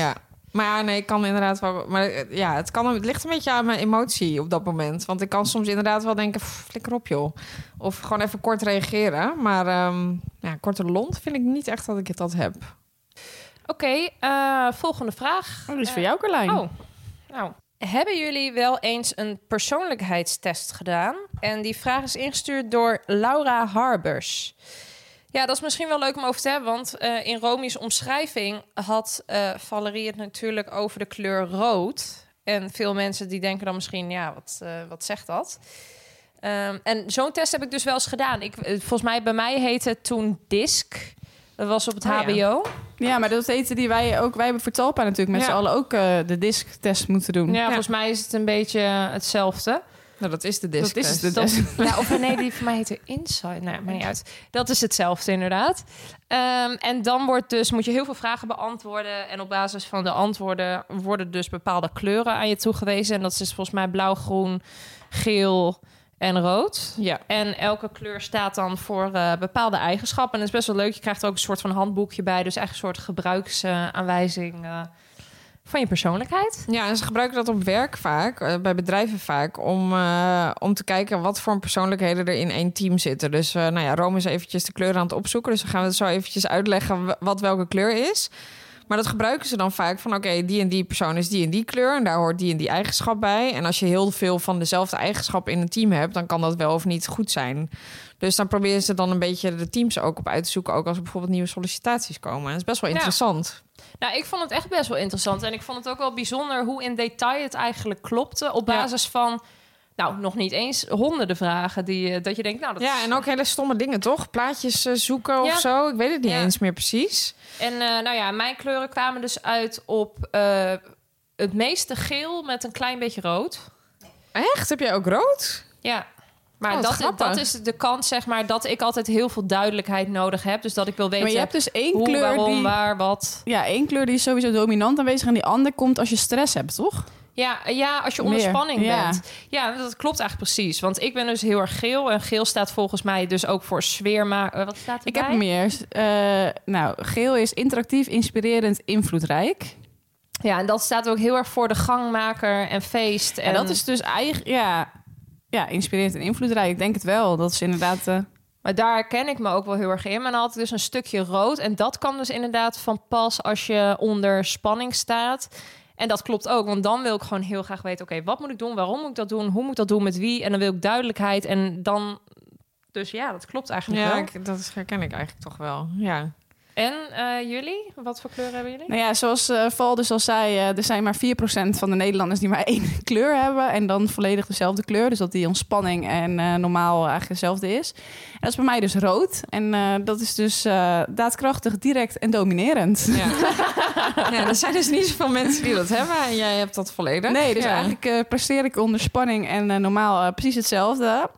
Maar ja, nee, ik kan inderdaad wel... Maar ja, het ligt een beetje aan mijn emotie op dat moment. Want ik kan soms inderdaad wel denken... flikker op, joh. Of gewoon even kort reageren. Maar korte lont vind ik niet echt dat ik dat heb. Oké, volgende vraag. Dat is voor jou, Carlijn. Nou, hebben jullie wel eens een persoonlijkheidstest gedaan? En die vraag is ingestuurd door Laura Harbers. Ja, dat is misschien wel leuk om over te hebben, want in Romy's omschrijving had Valerie het natuurlijk over de kleur rood. En veel mensen die denken dan misschien, ja, wat zegt dat? En zo'n test heb ik dus wel eens gedaan. Volgens mij, bij mij heette het toen DISC. Dat was op het HBO. Ja, maar dat heette die wij hebben voor Talpa natuurlijk met z'n allen ook de DISC-test moeten doen. Ja, volgens mij is het een beetje hetzelfde. Nou, dat is de DISC. Dat is de DISC. Ja, of nee, die voor mij heet er Insight. Nou, maar niet uit. Dat is hetzelfde inderdaad. En dan moet je heel veel vragen beantwoorden. En op basis van de antwoorden worden dus bepaalde kleuren aan je toegewezen. En dat is volgens mij blauw, groen, geel en rood. Ja. En elke kleur staat dan voor bepaalde eigenschappen. En dat is best wel leuk. Je krijgt er ook een soort van handboekje bij. Dus echt een soort gebruiksaanwijzing van je persoonlijkheid. Ja, en ze gebruiken dat op werk vaak, bij bedrijven vaak, om te kijken wat voor persoonlijkheden er in één team zitten. Dus Rome is eventjes de kleuren aan het opzoeken. Dus dan gaan we het zo eventjes uitleggen wat welke kleur is. Maar dat gebruiken ze dan vaak van... oké, die en die persoon is die en die kleur... en daar hoort die en die eigenschap bij. En als je heel veel van dezelfde eigenschap in een team hebt... dan kan dat wel of niet goed zijn. Dus dan proberen ze dan een beetje de teams ook op uit te zoeken... ook als er bijvoorbeeld nieuwe sollicitaties komen. En dat is best wel interessant. Nou, ik vond het echt best wel interessant. En ik vond het ook wel bijzonder hoe in detail het eigenlijk klopte... op basis van... Nou, nog niet eens honderden vragen dat je denkt... Nou, dat en ook hele stomme dingen, toch? Plaatjes zoeken of zo. Ik weet het niet eens meer precies. En mijn kleuren kwamen dus uit op het meeste geel met een klein beetje rood. Echt? Heb jij ook rood? Ja. Maar dat is de kans, zeg maar, dat ik altijd heel veel duidelijkheid nodig heb. Dus dat ik wil weten maar je hebt dus één hoe, kleur waarom, waar, wat. Ja, één kleur die is sowieso dominant aanwezig... en die andere komt als je stress hebt, toch? Ja, als je onder spanning bent. Ja, dat klopt eigenlijk precies. Want ik ben dus heel erg geel. En geel staat volgens mij dus ook voor sfeer. Maar wat staat erbij? Ik heb meer. Geel is interactief, inspirerend, invloedrijk. Ja, en dat staat ook heel erg voor de gangmaker en feest. En dat is dus eigenlijk... Ja, inspirerend en invloedrijk. Ik denk het wel. Dat is inderdaad... Maar daar herken ik me ook wel heel erg in. Maar dan had ik dus een stukje rood. En dat kan dus inderdaad van pas als je onder spanning staat... En dat klopt ook, want dan wil ik gewoon heel graag weten... oké, wat moet ik doen, waarom moet ik dat doen, hoe moet ik dat doen, met wie? En dan wil ik duidelijkheid en dan... Dus ja, dat klopt eigenlijk wel. Ja, dat herken ik eigenlijk toch wel, ja. En jullie? Wat voor kleur hebben jullie? Nou ja, zoals Val dus al zei... er zijn maar 4% van de Nederlanders die maar één kleur hebben... en dan volledig dezelfde kleur. Dus dat die ontspanning en normaal eigenlijk hetzelfde is. En dat is bij mij dus rood. En dat is dus daadkrachtig, direct en dominerend. Ja. Er zijn dus niet zoveel mensen die dat hebben... en jij hebt dat volledig. Nee, dus eigenlijk presteer ik onder spanning en normaal precies hetzelfde.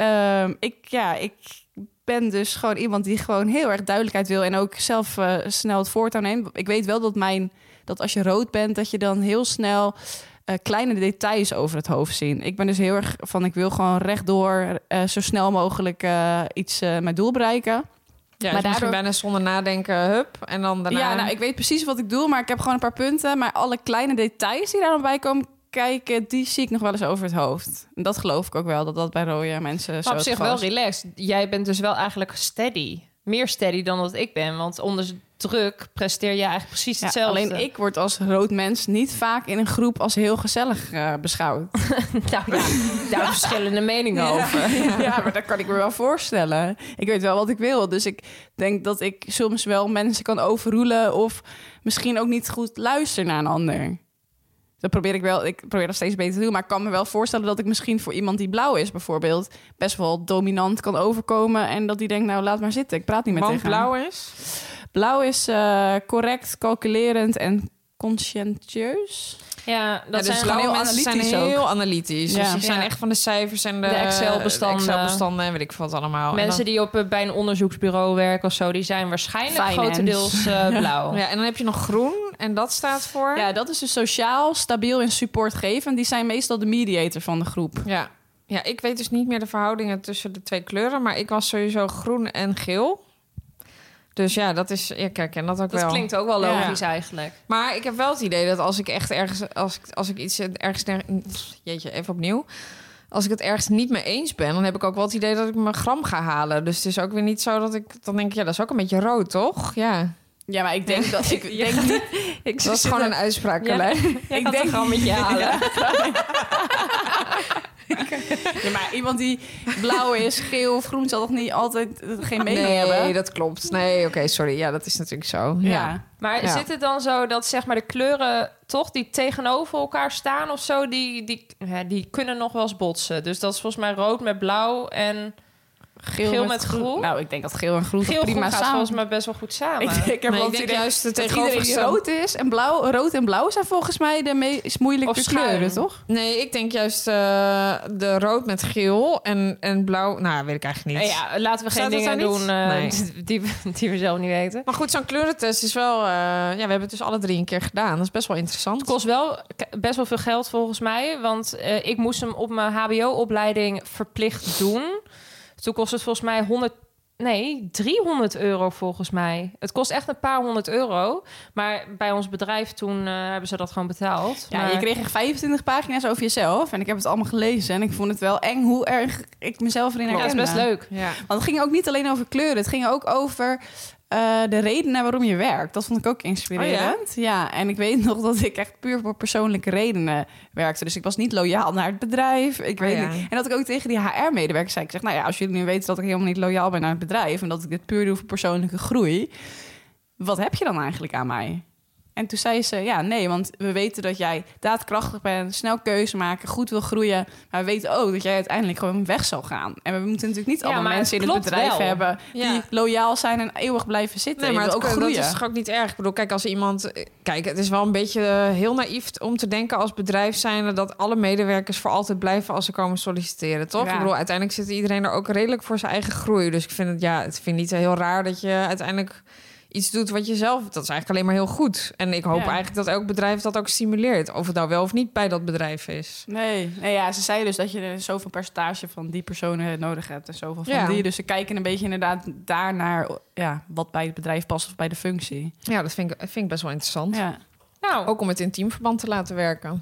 Ik ben dus gewoon iemand die gewoon heel erg duidelijkheid wil... en ook zelf snel het voortouw neemt. Ik weet wel dat als je rood bent... dat je dan heel snel kleine details over het hoofd ziet. Ik ben dus heel erg van... ik wil gewoon rechtdoor zo snel mogelijk mijn doel bereiken... Ja, maar daardoor bijna zonder nadenken, hup, en dan daarna... Ja, nou, ik weet precies wat ik doe, maar ik heb gewoon een paar punten. Maar alle kleine details die daar dan bij komen kijken... die zie ik nog wel eens over het hoofd. En dat geloof ik ook wel, dat bij rode mensen maar zo op zich wel relaxed. Jij bent dus wel eigenlijk steady. Meer steady dan dat ik ben. Want onder druk presteer je eigenlijk precies hetzelfde. Alleen ik word als rood mens niet vaak in een groep als heel gezellig beschouwd. Daar verschillende meningen over. Ja, maar dat kan ik me wel voorstellen. Ik weet wel wat ik wil. Dus ik denk dat ik soms wel mensen kan overroelen... of misschien ook niet goed luisteren naar een ander. Dat probeer ik wel. Ik probeer dat steeds beter te doen. Maar ik kan me wel voorstellen dat ik misschien voor iemand die blauw is bijvoorbeeld... best wel dominant kan overkomen. En dat die denkt, nou laat maar zitten. Ik praat niet meer tegen hem. Blauw is? Blauw is correct, calculerend en conscientieus. Ja, dat dus zijn blauwe heel mensen zijn heel analytisch. Dus die zijn echt van de cijfers en de Excel-bestanden en weet ik wat allemaal. Mensen die bij een onderzoeksbureau werken of zo... die zijn waarschijnlijk grotendeels blauw. Ja, en dan heb je nog groen en dat staat voor... Ja, dat is dus sociaal, stabiel en supportgevend. Die zijn meestal de mediator van de groep. Ja, ik weet dus niet meer de verhoudingen tussen de twee kleuren... maar ik was sowieso groen en geel... Dus ja, dat is... Ik herken dat ook Dat wel. klinkt ook wel logisch eigenlijk. Maar ik heb wel het idee dat als ik echt ergens... Als ik iets ergens... Jeetje, even opnieuw. Als ik het ergens niet mee eens ben... dan heb ik ook wel het idee dat ik mijn gram ga halen. Dus het is ook weer niet zo dat ik... Dan denk ik, ja, dat is ook een beetje rood, toch? Ja. Ja, maar ik denk dat... Ik denk niet... Dat is gewoon een uitspraak, Carlijn. Ik denk gewoon met je halen. Ja, maar iemand die blauw is, geel of groen... zal toch niet altijd geen mening hebben? Nee, dat klopt. Nee, oké, sorry. Ja, dat is natuurlijk zo. Ja. Maar zit het dan zo dat zeg maar de kleuren toch die tegenover elkaar staan of zo... die kunnen nog wel eens botsen. Dus dat is volgens mij rood met blauw en... Geel met groen? Nou, ik denk dat geel en groen Geel prima gaat samen. volgens mij best wel goed samen. Ik heb wel het idee juist het dat iedereen die tegenovergestelde. rood is en blauw... Rood en blauw zijn volgens mij de meest moeilijke Of schuim. kleuren, toch? Nee, ik denk juist de rood met geel en blauw. Nou, weet ik eigenlijk niet. Ja, laten we geen Staat het dingen daar niet? doen die we zelf niet weten. Maar goed, zo'n kleurentest is wel... ja, we hebben het dus alle 3 een keer gedaan. Dat is best wel interessant. Het kost wel best wel veel geld volgens mij. Want ik moest hem op mijn hbo-opleiding verplicht doen. Toen kost het volgens mij 300 euro volgens mij. Het kost echt een paar €100. Maar bij ons bedrijf toen hebben ze dat gewoon betaald. Ja, maar... je kreeg echt 25 pagina's over jezelf. En ik heb het allemaal gelezen. En ik vond het wel eng hoe erg ik mezelf erin herkende. Ja, dat is best leuk. Ja. Want het ging ook niet alleen over kleuren. Het ging ook over de redenen waarom je werkt. Dat vond ik ook inspirerend. Ja, en ik weet nog dat ik echt puur voor persoonlijke redenen werkte. Dus ik was niet loyaal naar het bedrijf. Ik weet niet. En dat ik ook tegen die HR-medewerkers zei. Ik zeg, nou ja, als jullie nu weten dat ik helemaal niet loyaal ben naar het bedrijf... en dat ik dit puur doe voor persoonlijke groei... wat heb je dan eigenlijk aan mij? En toen zei ze, ja, nee, want we weten dat jij daadkrachtig bent... snel keuze maken, goed wil groeien... maar we weten ook dat jij uiteindelijk gewoon weg zal gaan. En we moeten natuurlijk niet allemaal mensen in het bedrijf hebben... die loyaal zijn en eeuwig blijven zitten. Nee, maar het ook groeien. dat is toch ook niet erg. Ik bedoel, kijk, als iemand... Kijk, het is wel een beetje heel naïef om te denken als bedrijf zijnde... dat alle medewerkers voor altijd blijven als ze komen solliciteren, toch? Ja. Ik bedoel, uiteindelijk zit iedereen er ook redelijk voor zijn eigen groei. Dus ik vind het niet heel raar dat je uiteindelijk... iets doet wat je zelf... Dat is eigenlijk alleen maar heel goed. En ik hoop eigenlijk dat elk bedrijf dat ook stimuleert. Of het nou wel of niet bij dat bedrijf is. Nee, ja, ze zeiden dus dat je er zoveel percentage van die personen nodig hebt... en zoveel van die. Dus ze kijken een beetje inderdaad daarnaar... Ja, wat bij het bedrijf past of bij de functie. Ja, dat vind ik best wel interessant. Ja. Nou, ook om het in teamverband te laten werken.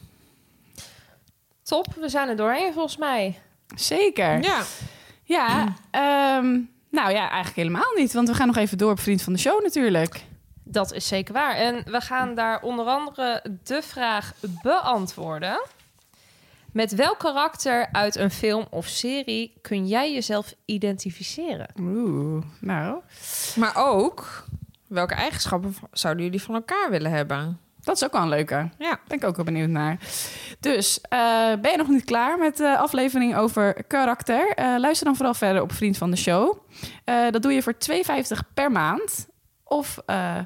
Top, we zijn er doorheen volgens mij. Zeker. Ja. Ja, nou ja, eigenlijk helemaal niet. Want we gaan nog even door op Vriend van de Show natuurlijk. Dat is zeker waar. En we gaan daar onder andere de vraag beantwoorden. Met welk karakter uit een film of serie kun jij jezelf identificeren? Nou. Maar ook, welke eigenschappen zouden jullie van elkaar willen hebben? Dat is ook wel een leuke. Ja. Ben ik ook wel benieuwd naar. Dus, ben je nog niet klaar met de aflevering over karakter? Luister dan vooral verder op Vriend van de Show. Dat doe je voor €2,50 per maand. Of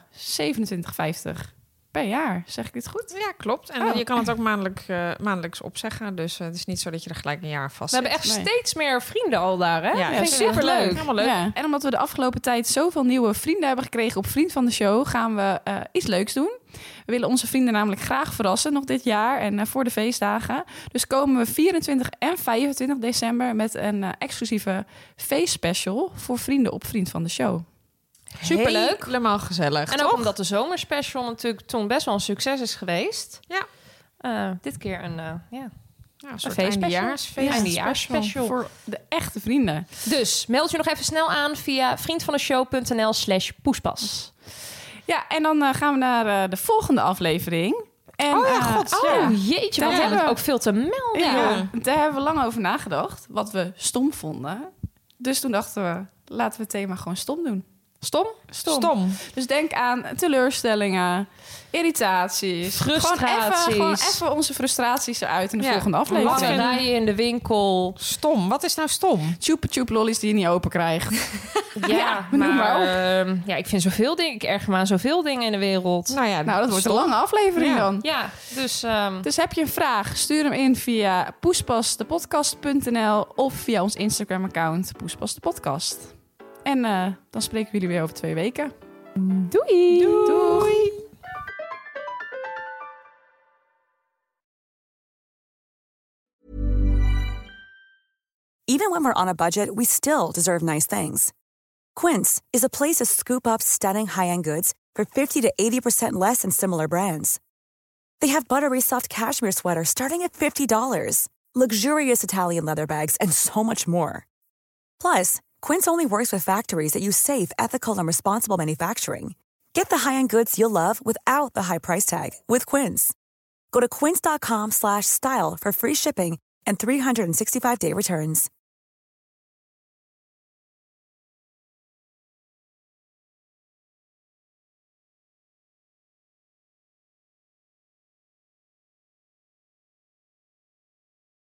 €27,50 per jaar. Zeg ik dit goed? Ja, klopt. En je kan het ook maandelijks opzeggen. Dus het is niet zo dat je er gelijk een jaar vast We hebben echt steeds meer vrienden al daar, hè? Ja, vind ik superleuk. Helemaal leuk. Ja. En omdat we de afgelopen tijd zoveel nieuwe vrienden hebben gekregen op Vriend van de Show... gaan we iets leuks doen. We willen onze vrienden namelijk graag verrassen nog dit jaar en voor de feestdagen. Dus komen we 24 en 25 december met een exclusieve feestspecial... voor vrienden op Vriend van de Show. Superleuk. Helemaal gezellig. En ook omdat de zomerspecial natuurlijk toen best wel een succes is geweest. Ja. Dit keer een soort feestspecial. Eindejaarsspecial. Voor de echte vrienden. Dus meld je nog even snel aan via vriendvandeshow.nl/poespas. Ja, en dan gaan we naar de volgende aflevering. En, Jeetje, want we hebben ook veel te melden. Ja, daar hebben we lang over nagedacht. Wat we stom vonden. Dus toen dachten we, laten we het thema gewoon stom doen. Stom. Dus denk aan teleurstellingen, irritaties, frustraties. Gewoon even onze frustraties eruit in de volgende aflevering. Wat rijden in de winkel? Stom. Wat is nou stom? Tjoep lollies die je niet open krijgt. maar ik vind zoveel dingen. Ik erger me aan zoveel dingen in de wereld. Nou, dat wordt een lange aflevering dan. Ja, dus heb je een vraag? Stuur hem in via poespasdepodcast.nl of via ons Instagram-account poespasdepodcast. En dan spreken we jullie weer over 2 weken. Doei! Doei! Even when we're on a budget, we still deserve nice things. Quince is a place to scoop up stunning high-end goods for 50 to 80% less than similar brands. They have buttery soft cashmere sweaters starting at $50, luxurious Italian leather bags, and so much more. Plus, Quince only works with factories that use safe, ethical, and responsible manufacturing. Get the high-end goods you'll love without the high price tag with Quince. Go to quince.com/style for free shipping and 365-day returns.